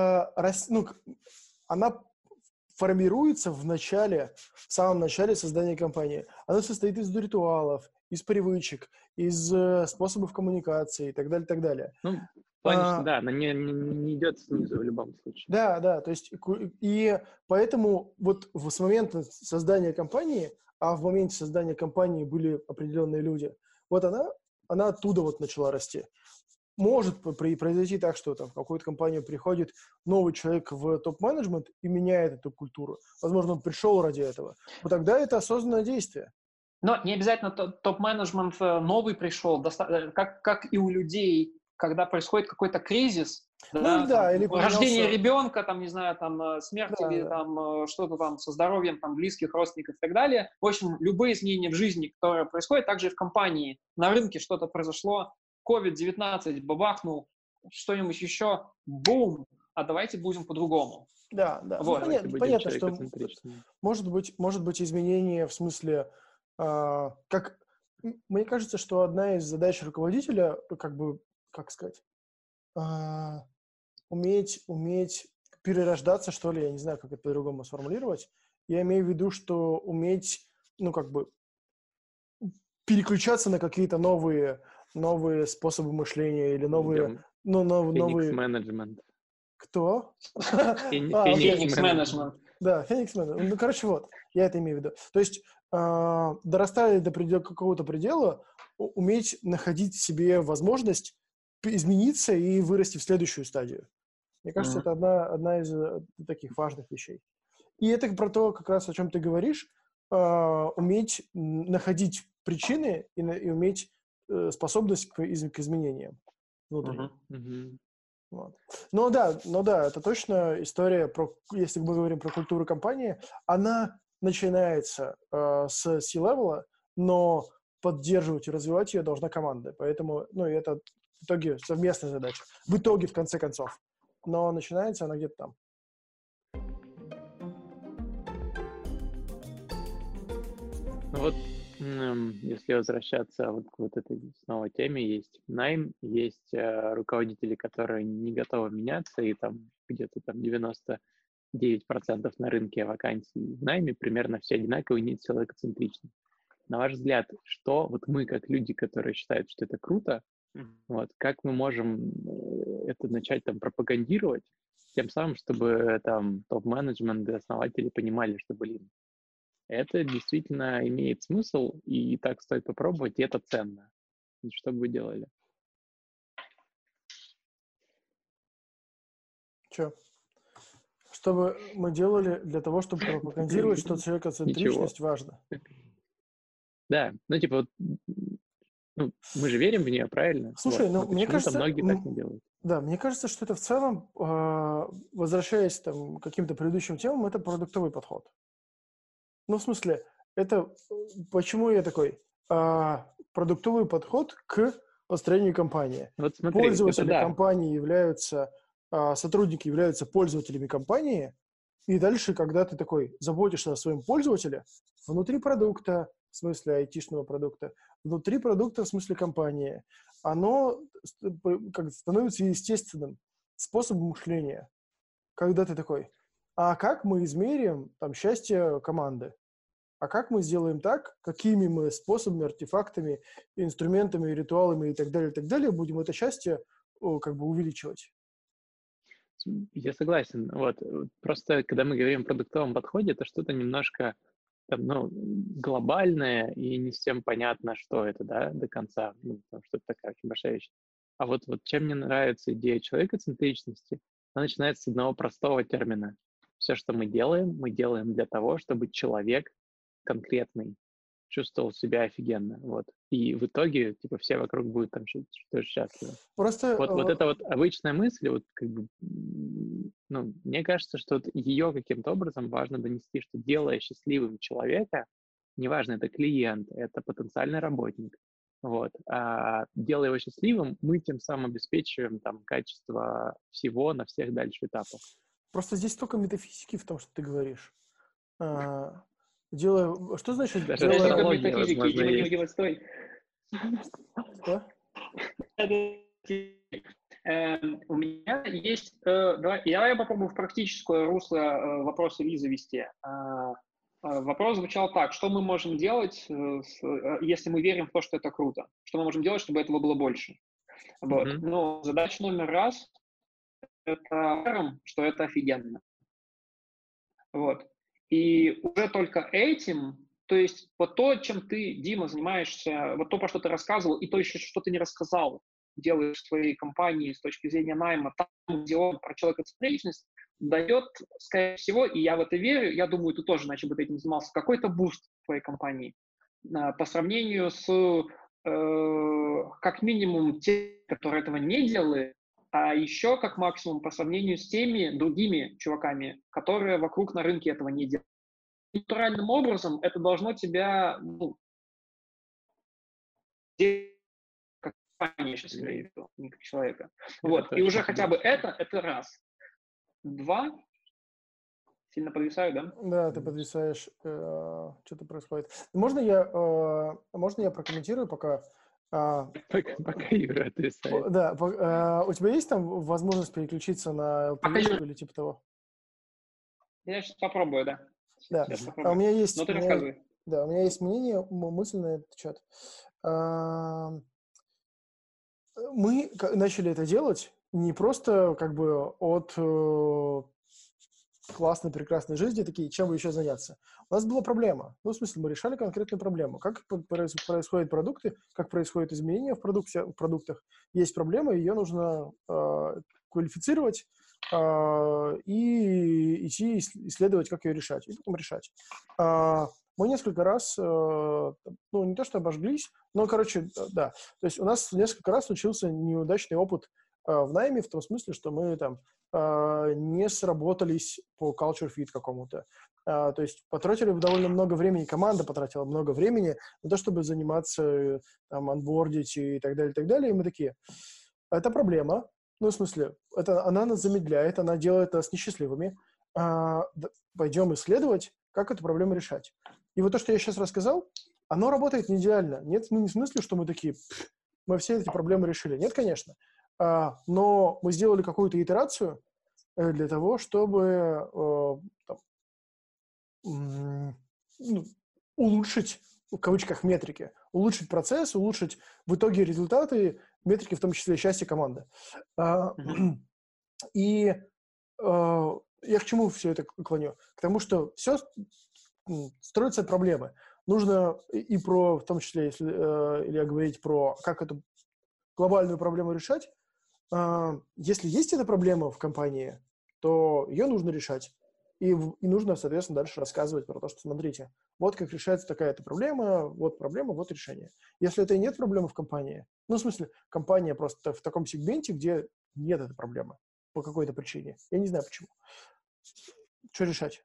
она формируется в самом начале создания компании. Она состоит из ритуалов, из привычек, из способов коммуникации и так далее, так далее. Ну, в плане, что да, она не идет снизу в любом случае. Да, то есть, и поэтому вот с момента создания компании, а в моменте создания компании были определенные люди, вот она оттуда вот начала расти. Может произойти так, что там в какую-то компанию приходит новый человек в топ-менеджмент и меняет эту культуру. Возможно, он пришел ради этого. Вот тогда это осознанное действие. Но не обязательно топ-менеджмент новый пришел. Как и у людей, когда происходит какой-то кризис, или рождение ребенка, там, не знаю, там, смерть или там что-то там со здоровьем там, близких родственников и так далее. В общем, любые изменения в жизни, которые происходят, также и в компании. На рынке что-то произошло, COVID-19 бабахнул, что-нибудь еще, бум, а давайте будем по-другому. Да. Вот. Понятно, что может быть изменение в смысле, мне кажется, что одна из задач руководителя, уметь перерождаться, что ли, я не знаю, как это по-другому сформулировать. Я имею в виду, что уметь, переключаться на какие-то новые способы мышления или новые... Феникс-менеджмент. Кто? Феникс-менеджмент. Да, Феникс-менеджмент. Вот, я это имею в виду. То есть, дорастая до какого-то предела, уметь находить в себе возможность измениться и вырасти в следующую стадию. Мне кажется, это одна из таких важных вещей. И это про то, как раз о чем ты говоришь, уметь находить причины и уметь способность к изменениям внутренним. Вот. Но да, это точно история если мы говорим про культуру компании, она начинается с C-level, но поддерживать и развивать ее должна команда. Поэтому, это в итоге совместная задача. В итоге, в конце концов. Но начинается она где-то там. Ну вот, если возвращаться вот к вот этой снова теме, есть найм, есть руководители, которые не готовы меняться, и там где-то там 99% на рынке вакансий в найме примерно все одинаковые, нет человекоцентричны. На ваш взгляд, что вот мы, как люди, которые считают, что это круто, вот, как мы можем это начать там пропагандировать, тем самым, чтобы там топ-менеджмент и основатели понимали, что, это действительно имеет смысл, и так стоит попробовать, и это ценно. Что бы вы делали? Что бы мы делали для того, чтобы пропагандировать, что человекоцентричность важна? Да, мы же верим в нее, правильно? Слушай, мне кажется... многие так не делают. Да, мне кажется, что это в целом, возвращаясь к каким-то предыдущим темам, это продуктовый подход. В смысле, почему я такой? Продуктовый подход к построению компании. Вот смотри, пользователи компании сотрудники являются пользователями компании, и дальше, когда ты такой заботишься о своем пользователе, внутри продукта, в смысле айтишного продукта, внутри продукта, в смысле компании, оно становится естественным способом мышления. Когда ты такой, а как мы измерим счастье команды? а как мы сделаем так, какими мы способами, артефактами, инструментами, ритуалами и так далее будем это счастье как бы увеличивать. Я согласен. Вот. Просто, когда мы говорим о продуктовом подходе, это что-то немножко там, ну, глобальное, и не всем понятно, что это, да, до конца, ну, потому что это такая очень большая вещь. А вот чем мне нравится идея человекоцентричности, она начинается с одного простого термина. Все, что мы делаем для того, чтобы человек конкретный чувствовал себя офигенно, вот. И в итоге, типа, все вокруг будут там тоже счастливы. Просто... Вот эта вот обычная мысль, вот как бы, ну, мне кажется, что вот ее каким-то образом важно донести, что делая счастливым человека, неважно, это клиент, это потенциальный работник, вот, а делая его счастливым, мы тем самым обеспечиваем там качество всего на всех дальше этапах. Просто здесь столько метафизики в том, что ты говоришь. Что значит даже метафизики, возможно, не делать стой. Что? У меня есть... Я попробую в практическое русло вопроса визы вести. Вопрос звучал так: что мы можем делать, если мы верим в то, что это круто? Что мы можем делать, чтобы этого было больше? Вот. Ну, задача номер раз — это что это офигенно. Вот. И уже только этим, то есть вот то, чем ты, Дима, занимаешься, вот то, про что ты рассказывал, и то еще, что ты не рассказал, делаешь в своей компании с точки зрения найма, там, где он про человекоцентричность, дает, скорее всего, и я в это верю, я думаю, ты тоже, иначе бы ты этим занимался, какой-то буст в твоей компании по сравнению с, как минимум, теми, которые этого не делают, а еще как максимум по сравнению с теми другими чуваками, которые вокруг на рынке этого не делают. Натуральным образом это должно тебя, ну, как компания, сейчас говорю, не как человека. Вот. И уже хотя бы это раз. Два. Сильно подвисаю, да? Да, ты подвисаешь. Что-то происходит. Можно я прокомментирую пока? Пока Юра отвисает. Да. У тебя есть там возможность переключиться на LTE или типа того? Я сейчас попробую, да. Да. Попробую. У меня есть... Но ты рассказывай. Да, у меня есть мнение, мысль на этот счет. Мы начали это делать не просто как бы от классной, прекрасной жизни, такие, чем бы еще заняться. У нас была проблема. Ну, в смысле, мы решали конкретную проблему. Как происходят продукты, как происходят изменения в продуктах. Есть проблема, ее нужно квалифицировать и идти исследовать, как ее решать, и потом решать. Мы несколько раз, ну, не то что обожглись, но, короче, да. То есть у нас несколько раз случился неудачный опыт в найме, в том смысле, что мы там не сработались по culture fit какому-то. То есть потратили довольно много времени, команда потратила много времени на то, чтобы заниматься, там, онбордить и так далее, и мы такие, это проблема, ну, в смысле, она нас замедляет, она делает нас несчастливыми, пойдем исследовать, как эту проблему решать. И вот то, что я сейчас рассказал, оно работает не идеально. Нет, не в смысле, что мы такие, мы все эти проблемы решили. Нет, конечно. Но мы сделали какую-то итерацию для того, чтобы улучшить, в кавычках, метрики, улучшить процесс, улучшить в итоге результаты, метрики, в том числе счастье команды. И я к чему все это клоню? К тому, что все строится от проблемы. Нужно и про, в том числе, если говорить про как эту глобальную проблему решать, если есть эта проблема в компании, то ее нужно решать. И нужно, соответственно, дальше рассказывать про то, что, смотрите, вот как решается такая-то проблема, вот решение. Если это и нет проблемы в компании, ну, в смысле, компания просто в таком сегменте, где нет этой проблемы по какой-то причине. Я не знаю, почему. Что решать?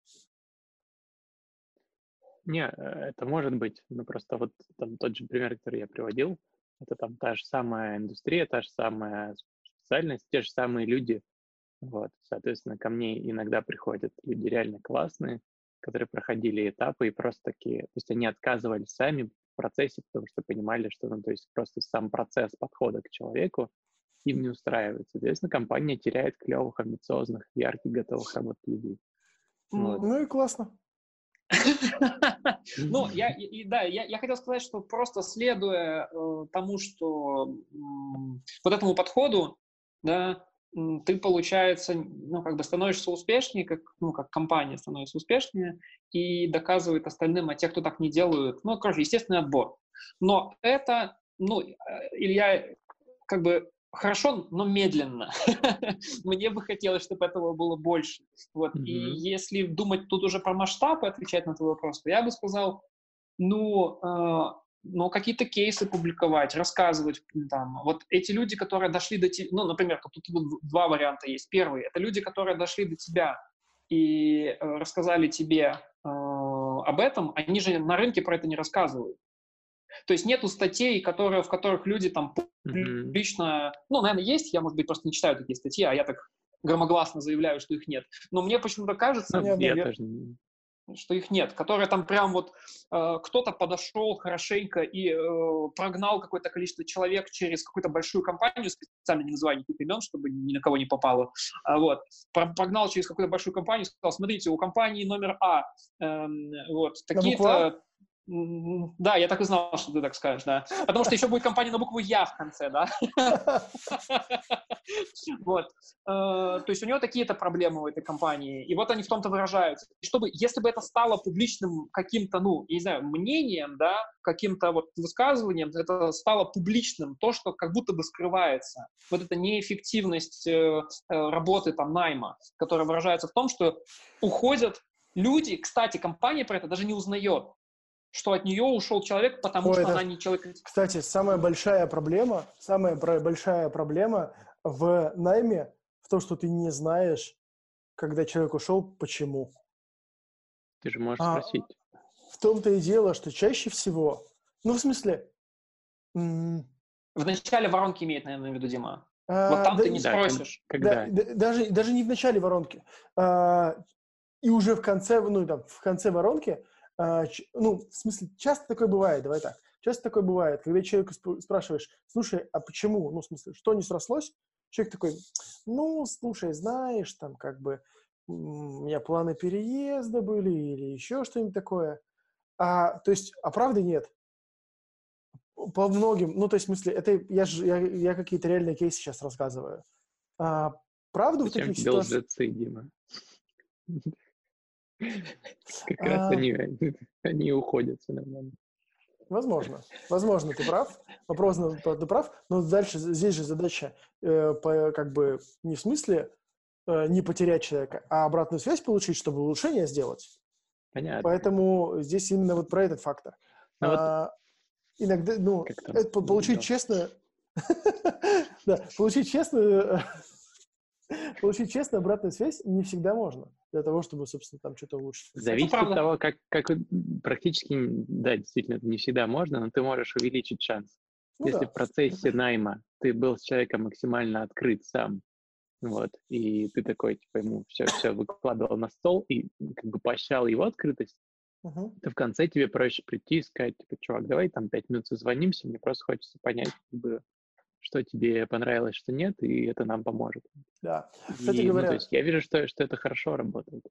Не, это может быть. Ну, просто вот там тот же пример, который я приводил, это там та же самая индустрия, та же самая специальность, те же самые люди. Вот, соответственно, ко мне иногда приходят люди реально классные, которые проходили этапы и просто такие, то есть они отказывались сами в процессе, потому что понимали, что, ну, то есть просто сам процесс подхода к человеку им не устраивает. Соответственно, компания теряет клевых, амбициозных, ярких, готовых работать людей. Вот. Ну и классно. Ну, я хотел сказать, что просто следуя тому, что вот этому подходу, да, ты, получается, ну, как бы становишься успешнее, как компания становится успешнее и доказывает остальным, а те, кто так не делают, ну, короче, естественный отбор. Но это, ну, Илья, как бы хорошо, но медленно. Мне бы хотелось, чтобы этого было больше. Вот. И если думать тут уже про масштаб и отвечать на твой вопрос, то я бы сказал, ну, какие-то кейсы публиковать, рассказывать там. Вот эти люди, которые дошли до тебя, ну, например, тут два варианта есть. Первый — это люди, которые дошли до тебя и рассказали тебе об этом, они же на рынке про это не рассказывают. То есть нету статей, в которых люди там публично... Ну, наверное, есть, я, может быть, просто не читаю такие статьи, а я так громогласно заявляю, что их нет. Но мне почему-то кажется, что их нет, которые там прям вот кто-то подошел хорошенько и прогнал какое-то количество человек через какую-то большую компанию, специально не называю никаких имен, чтобы ни на кого не попало, прогнал через какую-то большую компанию, сказал, смотрите, у компании номер А вот такие-то... Да, я так и знал, что ты так скажешь, да. Потому что еще будет компания на букву «Я» в конце, да. Вот. То есть у него такие-то проблемы у этой компании, и вот они в том-то выражаются. И если бы это стало публичным каким-то, ну, я не знаю, мнением, да, каким-то вот высказыванием, это стало публичным, то, что как будто бы скрывается. Вот эта неэффективность работы, там, найма, которая выражается в том, что уходят люди, кстати, компания про это даже не узнает, что от нее ушел человек, потому что она не человек. Кстати, самая большая проблема в найме в том, что ты не знаешь, когда человек ушел, почему. Ты же можешь спросить. В том-то и дело, что чаще всего, ну, в смысле... В начале воронки имеет, наверное, в виду Дима. Вот там ты не спросишь. Когда? Даже не в начале воронки. И уже в конце воронки, ну, в смысле, часто такое бывает, давай так. Часто такое бывает, когда человека спрашиваешь, слушай, а почему? Ну, в смысле, что не срослось? Человек такой, ну, слушай, знаешь, там как бы у меня планы переезда были или еще что-нибудь такое. То есть, правды нет. По многим, ну, то есть, в смысле, это я какие-то реальные кейсы сейчас рассказываю. Правду в таких ситуациях... лжецы, Дима? Как раз они уходят все нормально. Возможно, ты прав. Ты прав, но дальше здесь же задача как бы не в смысле не потерять человека, а обратную связь получить, чтобы улучшение сделать. Понятно. Поэтому здесь именно вот про этот фактор. Иногда, ну, получить честную... Да, получить честную обратную связь не всегда можно для того, чтобы, собственно, там что-то улучшить. Зависит от того, как практически, да, действительно, это не всегда можно, но ты можешь увеличить шанс. Если в процессе найма ты был с человеком максимально открыт сам, вот, и ты такой, типа, ему все выкладывал на стол и как бы поощрял его открытость, то в конце тебе проще прийти и сказать, типа, чувак, давай там 5 минут созвонимся, мне просто хочется понять, как бы, что тебе понравилось, что нет, и это нам поможет. Да. Кстати говоря... то есть я вижу, что это хорошо работает.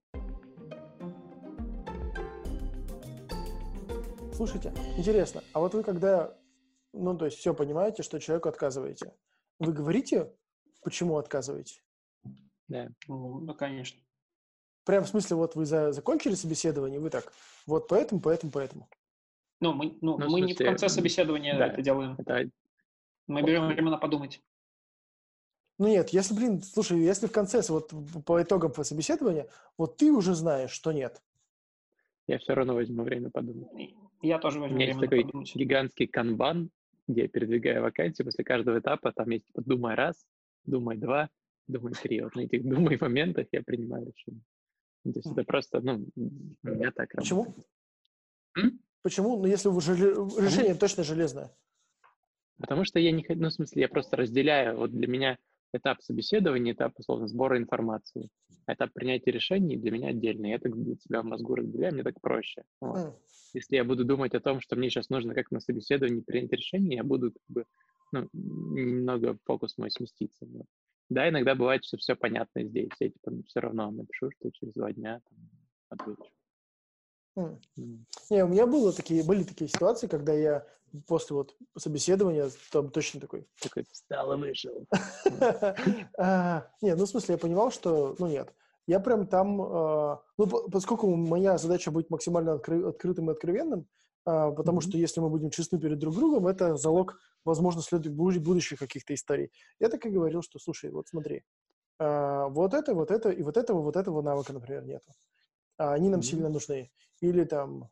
Слушайте, интересно, а вот вы когда, ну, то есть все понимаете, что человеку отказываете, вы говорите, почему отказываете? Да. Ну, конечно. Прям в смысле, вот вы закончили собеседование, вы так, вот поэтому. Ну, мы не в конце собеседования это делаем. Мы берем время подумать. Ну нет, если в конце, вот по итогам собеседования, вот ты уже знаешь, что нет. Я все равно возьму время подумать. Я тоже возьму время подумать. У меня есть такой гигантский канбан, где я передвигаю вакансии после каждого этапа, там есть типа думай раз, думай два, думай три. Вот на этих думай моментах я принимаю решение. То есть это просто, у меня так работает. Почему? Почему? Ну, если решение точно железное. Потому что я не хочу, в смысле, я просто разделяю, вот для меня этап собеседования, этап, условно, сбора информации, этап принятия решений для меня отдельный. Я так для себя в мозгу разделяю, мне так проще. Вот. Если я буду думать о том, что мне сейчас нужно как на собеседовании принять решение, я буду как бы, немного фокус мой сместиться. Вот. Да, иногда бывает, что все понятно здесь. Я типа все равно напишу, что через 2 дня отвечу. Не, у меня были такие ситуации, когда я после вот собеседования там точно такой встал и вышел. Не, ну в смысле я понимал, что, нет. Я прям там, поскольку моя задача быть максимально открытым и откровенным, потому что если мы будем честны перед друг другом, это залог, возможно, будущих каких-то историй. Я так и говорил, что, слушай, вот смотри, вот это и вот этого навыка, например, нету. Они нам сильно нужны. Или там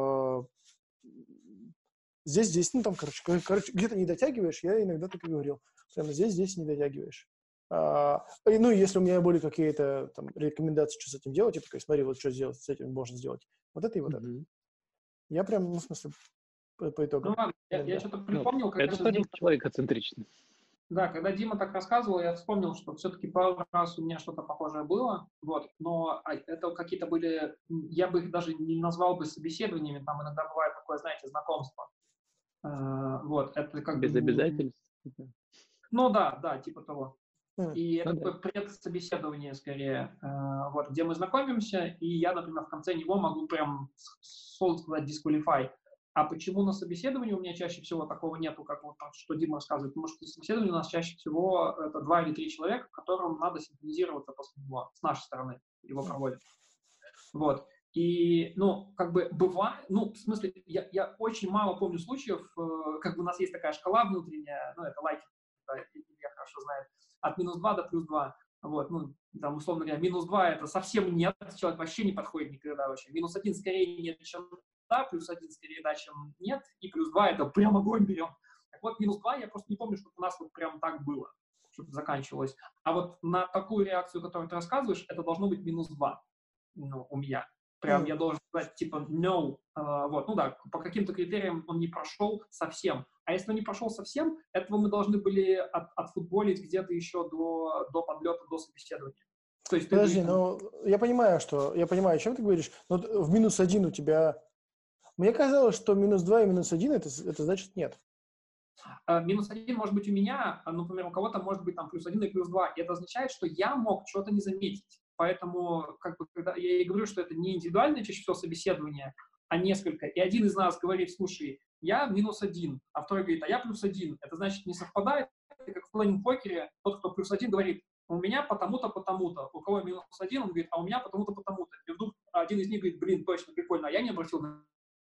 здесь, ну там, короче, где-то не дотягиваешь, я иногда так и говорил. Прямо здесь не дотягиваешь. Ну, если у меня были какие-то там рекомендации, что с этим делать, я такой, смотри, вот что сделать с этим можно сделать. Вот это и вот это. Я прям, ну, в смысле, по итогам. Ну, я что-то припомнил, как это тоже человекоцентрично. Да, когда Дима так рассказывал, я вспомнил, что все-таки пару раз у меня что-то похожее было, вот, но это какие-то были, я бы их даже не назвал бы собеседованиями, там иногда бывает такое, знаете, знакомство. Вот, это как без обязательств? Ну да, типа того. И это такое предсобеседование скорее, вот, где мы знакомимся, и я, например, в конце него могу прям сказать disqualify. А почему на собеседовании у меня чаще всего такого нету, как вот что Дима рассказывает? Потому что собеседование у нас чаще всего это 2 или 3 человека, которым надо синхронизироваться после него, с нашей стороны его проводят. Вот. И, ну, как бы бывает, ну, в смысле, я очень мало помню случаев, как бы у нас есть такая шкала внутренняя, ну, это лайки, я хорошо знаю, от -2 до +2. Вот, ну, там, условно говоря, -2 это совсем нет, человек вообще не подходит никогда вообще. -1 скорее нет, чем да, +1 скорее да, чем нет, и +2 это прям огонь берем. Так вот, -2 я просто не помню, чтобы у нас вот прям так было, чтобы заканчивалось. А вот на такую реакцию, которую ты рассказываешь, это должно быть -2, ну, у меня. Прям я должен сказать, типа, no, вот, ну да, по каким-то критериям он не прошел совсем. А если он не прошел совсем, этого мы должны были отфутболить где-то еще до подлета, до собеседования. То есть Подожди, я понимаю, о чем ты говоришь, но в -1 у тебя... Мне казалось, что -2 и -1 это значит нет. -1 может быть у меня, например, у кого-то может быть там +1 и +2. И это означает, что я мог что-то не заметить. Поэтому, как бы, когда я и говорю, что это не индивидуальное чаще всего собеседование, а несколько. И один из нас говорит, слушай, я -1, а второй говорит, а я +1. Это значит, не совпадает. Это как в плейн-покере, тот, кто +1, говорит, у меня потому-то, потому-то. У кого -1, он говорит, а у меня потому-то, потому-то. И вдруг один из них говорит, блин, точно, прикольно, а я не обратил на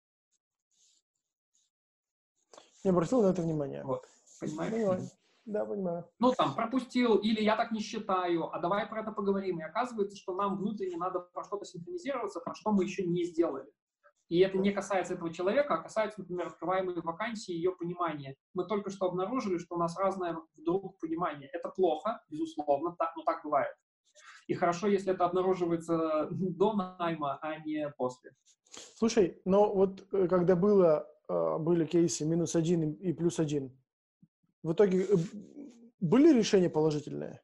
Не обратил на это внимание. Вот. Понимаешь? Понимаю. Да, понимаю. Ну, там, пропустил, или я так не считаю, а давай про это поговорим. И оказывается, что нам внутренне надо про что-то синхронизироваться, про что мы еще не сделали. И это не касается этого человека, а касается, например, открываемой вакансии и ее понимания. Мы только что обнаружили, что у нас разное вдруг понимание. Это плохо, безусловно, но так бывает. И хорошо, если это обнаруживается до найма, а не после. Слушай, но вот когда были кейсы -1 и +1, в итоге были решения положительные?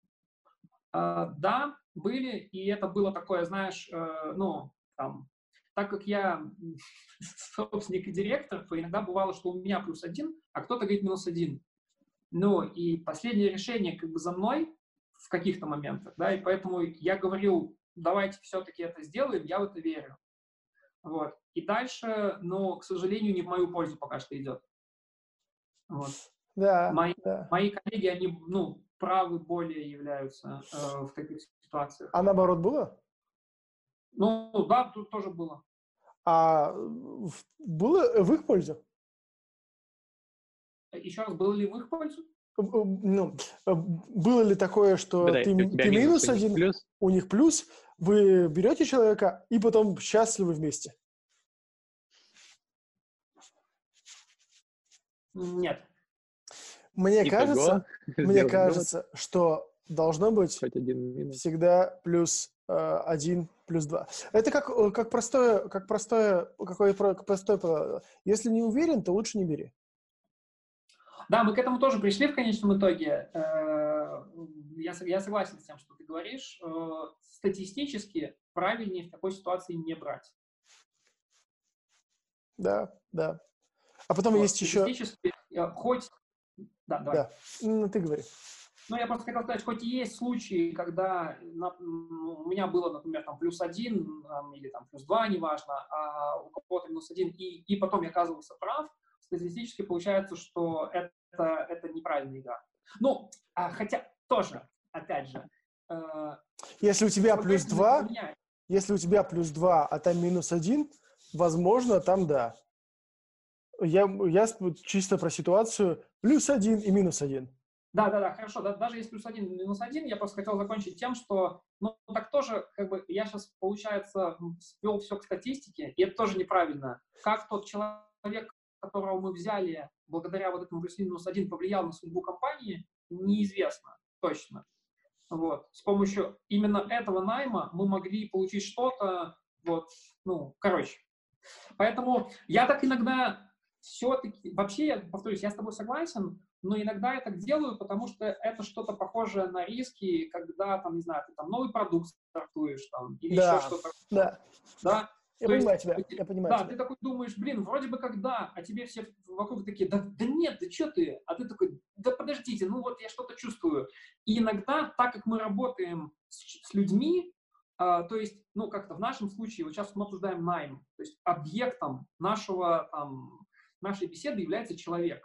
Да, были, и это было такое, знаешь, ну, там, так как я собственник и директор, то иногда бывало, что у меня +1, а кто-то говорит -1. Ну, и последнее решение как бы за мной в каких-то моментах, да, и поэтому я говорил, давайте все-таки это сделаем, я в это верю. Вот. И дальше, но, к сожалению, не в мою пользу пока что идет. Вот. Да, мои коллеги, они, ну, правы более являются в таких ситуациях. А наоборот было? Ну, да, тут тоже было. А было в их пользу? Еще раз, было ли в их пользу? Ну, было ли такое, что ты -1, у них плюс, вы берете человека и потом счастливы вместе? Нет. Мне кажется, что должно быть всегда +1, +2. Это как простое правило. Если не уверен, то лучше не бери. Да, мы к этому тоже пришли в конечном итоге. Я согласен с тем, что ты говоришь. Статистически правильнее в такой ситуации не брать. Да. А потом есть еще... Статистически, хоть... Да, давай. Да, ну ты говори. Ну, я просто хотел сказать, хоть и есть случаи, когда у меня было, например, там +1 или там +2, неважно, а у кого-то -1, и потом я оказывался прав, статистически получается, что это неправильная игра. Ну, хотя тоже, опять же... Если у тебя +2, если у тебя +2, а там -1, возможно, там да. Я чисто про ситуацию +1 и -1. Да, хорошо. Даже если +1 и -1, я просто хотел закончить тем, что, ну, так тоже, как бы, я сейчас, получается, свел все к статистике, и это тоже неправильно. Как тот человек, которого мы взяли, благодаря вот этому +1 повлиял на судьбу компании, неизвестно точно. Вот. С помощью именно этого найма мы могли получить что-то, вот, ну, короче. Поэтому я так иногда все-таки, вообще, я повторюсь, я с тобой согласен, но иногда я так делаю, потому что это что-то похожее на риски, когда, там, не знаю, ты там новый продукт стартуешь, там, или еще что-то. Да. Я понимаю тебя, я понимаю тебя. Ты такой думаешь, блин, вроде бы когда, а тебе все вокруг такие, да нет, да что ты? А ты такой, да подождите, ну вот я что-то чувствую. И иногда, так как мы работаем с людьми, то есть, ну, как-то в нашем случае, вот сейчас мы обсуждаем найм, то есть объектом нашей беседы является человек.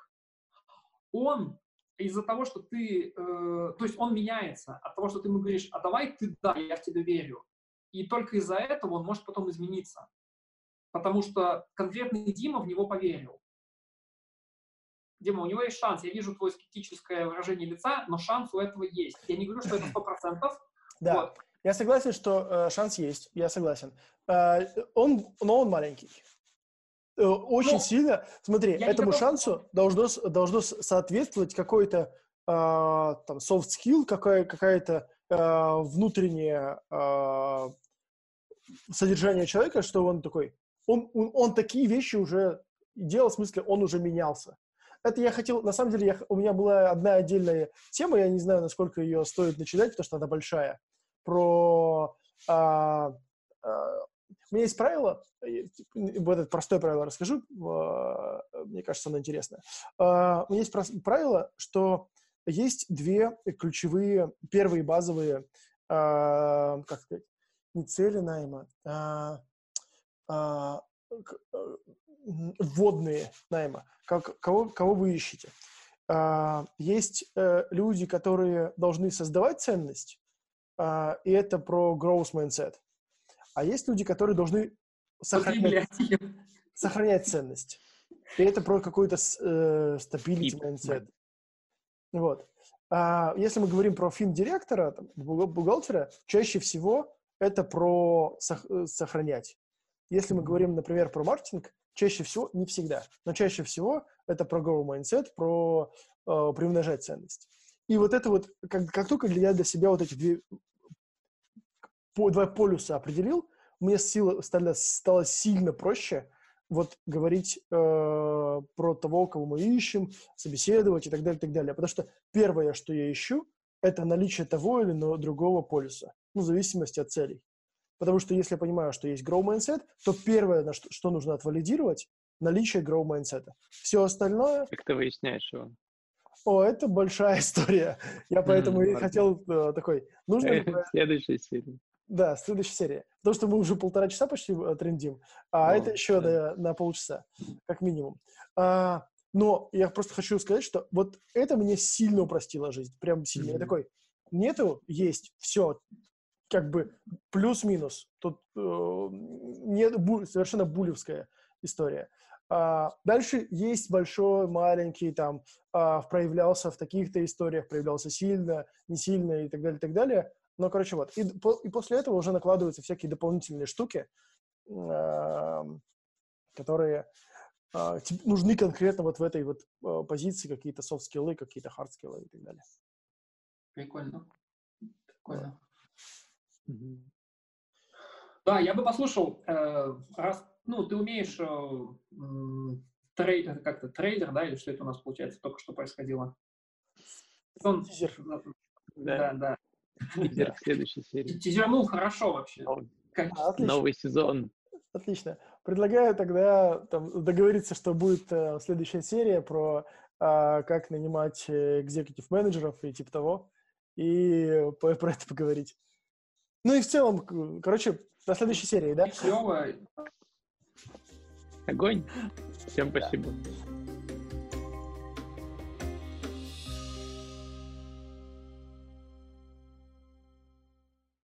Он из-за того, что ты, то есть он меняется от того, что ты ему говоришь, а давай ты, да, я в тебя верю. И только из-за этого он может потом измениться. Потому что конкретный Дима в него поверил. Дима, у него есть шанс. Я вижу твое скептическое выражение лица, но шанс у этого есть. Я не говорю, что это 100%. Да, вот. Я согласен, что шанс есть. Я согласен. Но он маленький. Очень сильно, смотри, этому шансу должно соответствовать какой-то там soft skill, какая-то внутреннее содержание человека, что он такой, он такие вещи уже делал, в смысле, он уже менялся. Это я хотел, на самом деле, у меня была одна отдельная тема, я не знаю, насколько ее стоит начинать, потому что она большая, про... У меня есть правило, вот это простое правило расскажу, мне кажется, оно интересное. У меня есть правило, что есть две ключевые, первые базовые, как сказать, не цели найма, вводные найма. Кого вы ищете? Есть люди, которые должны создавать ценность, и это про growth mindset. А есть люди, которые должны сохранять ценность. И это про какой-то stability mindset. Вот. Если мы говорим про финдиректора, бухгалтера, чаще всего это про сохранять. Если мы говорим, например, про маркетинг, чаще всего, не всегда, но чаще всего это про grow mindset, про приумножать ценность. И вот это вот, как только я для себя вот эти два полюса определил, мне стало сильно проще вот говорить про того, кого мы ищем, собеседовать и так далее, и так далее. Потому что первое, что я ищу, это наличие того или другого полюса, ну, в зависимости от целей. Потому что если я понимаю, что есть grow mindset, то первое, что нужно отвалидировать, наличие grow mindset. Все остальное... Как ты выясняешь его? Это большая история. Я поэтому и хотел такой... Следующая серия. Да, следующая серия. Потому что мы уже 1,5 часа почти трендим, это еще на полчаса, как минимум. Но я просто хочу сказать, что вот это мне сильно упростило жизнь. Прям сильно. Я такой, нету, есть, все. Как бы плюс-минус. Тут нет, совершенно булевская история. Дальше есть большой, маленький, там, проявлялся в таких-то историях, проявлялся сильно, не сильно и так далее, и так далее. Но, короче, вот. И после этого уже накладываются всякие дополнительные штуки, которые нужны конкретно вот в этой вот позиции, какие-то софт-скиллы, какие-то хард-скиллы и так далее. Прикольно. Да, я бы послушал, раз, ты умеешь трейлер, да, или что это у нас получается только что происходило? Тизер. Да. Тизер в следующей серии. Тизернул хорошо вообще. Новый сезон. Отлично. Предлагаю тогда там, договориться, что будет следующая серия про как нанимать экзекутив-менеджеров и типа того, и про это поговорить. Ну и в целом, короче, до следующей серии, да? Клево. Огонь. Всем спасибо.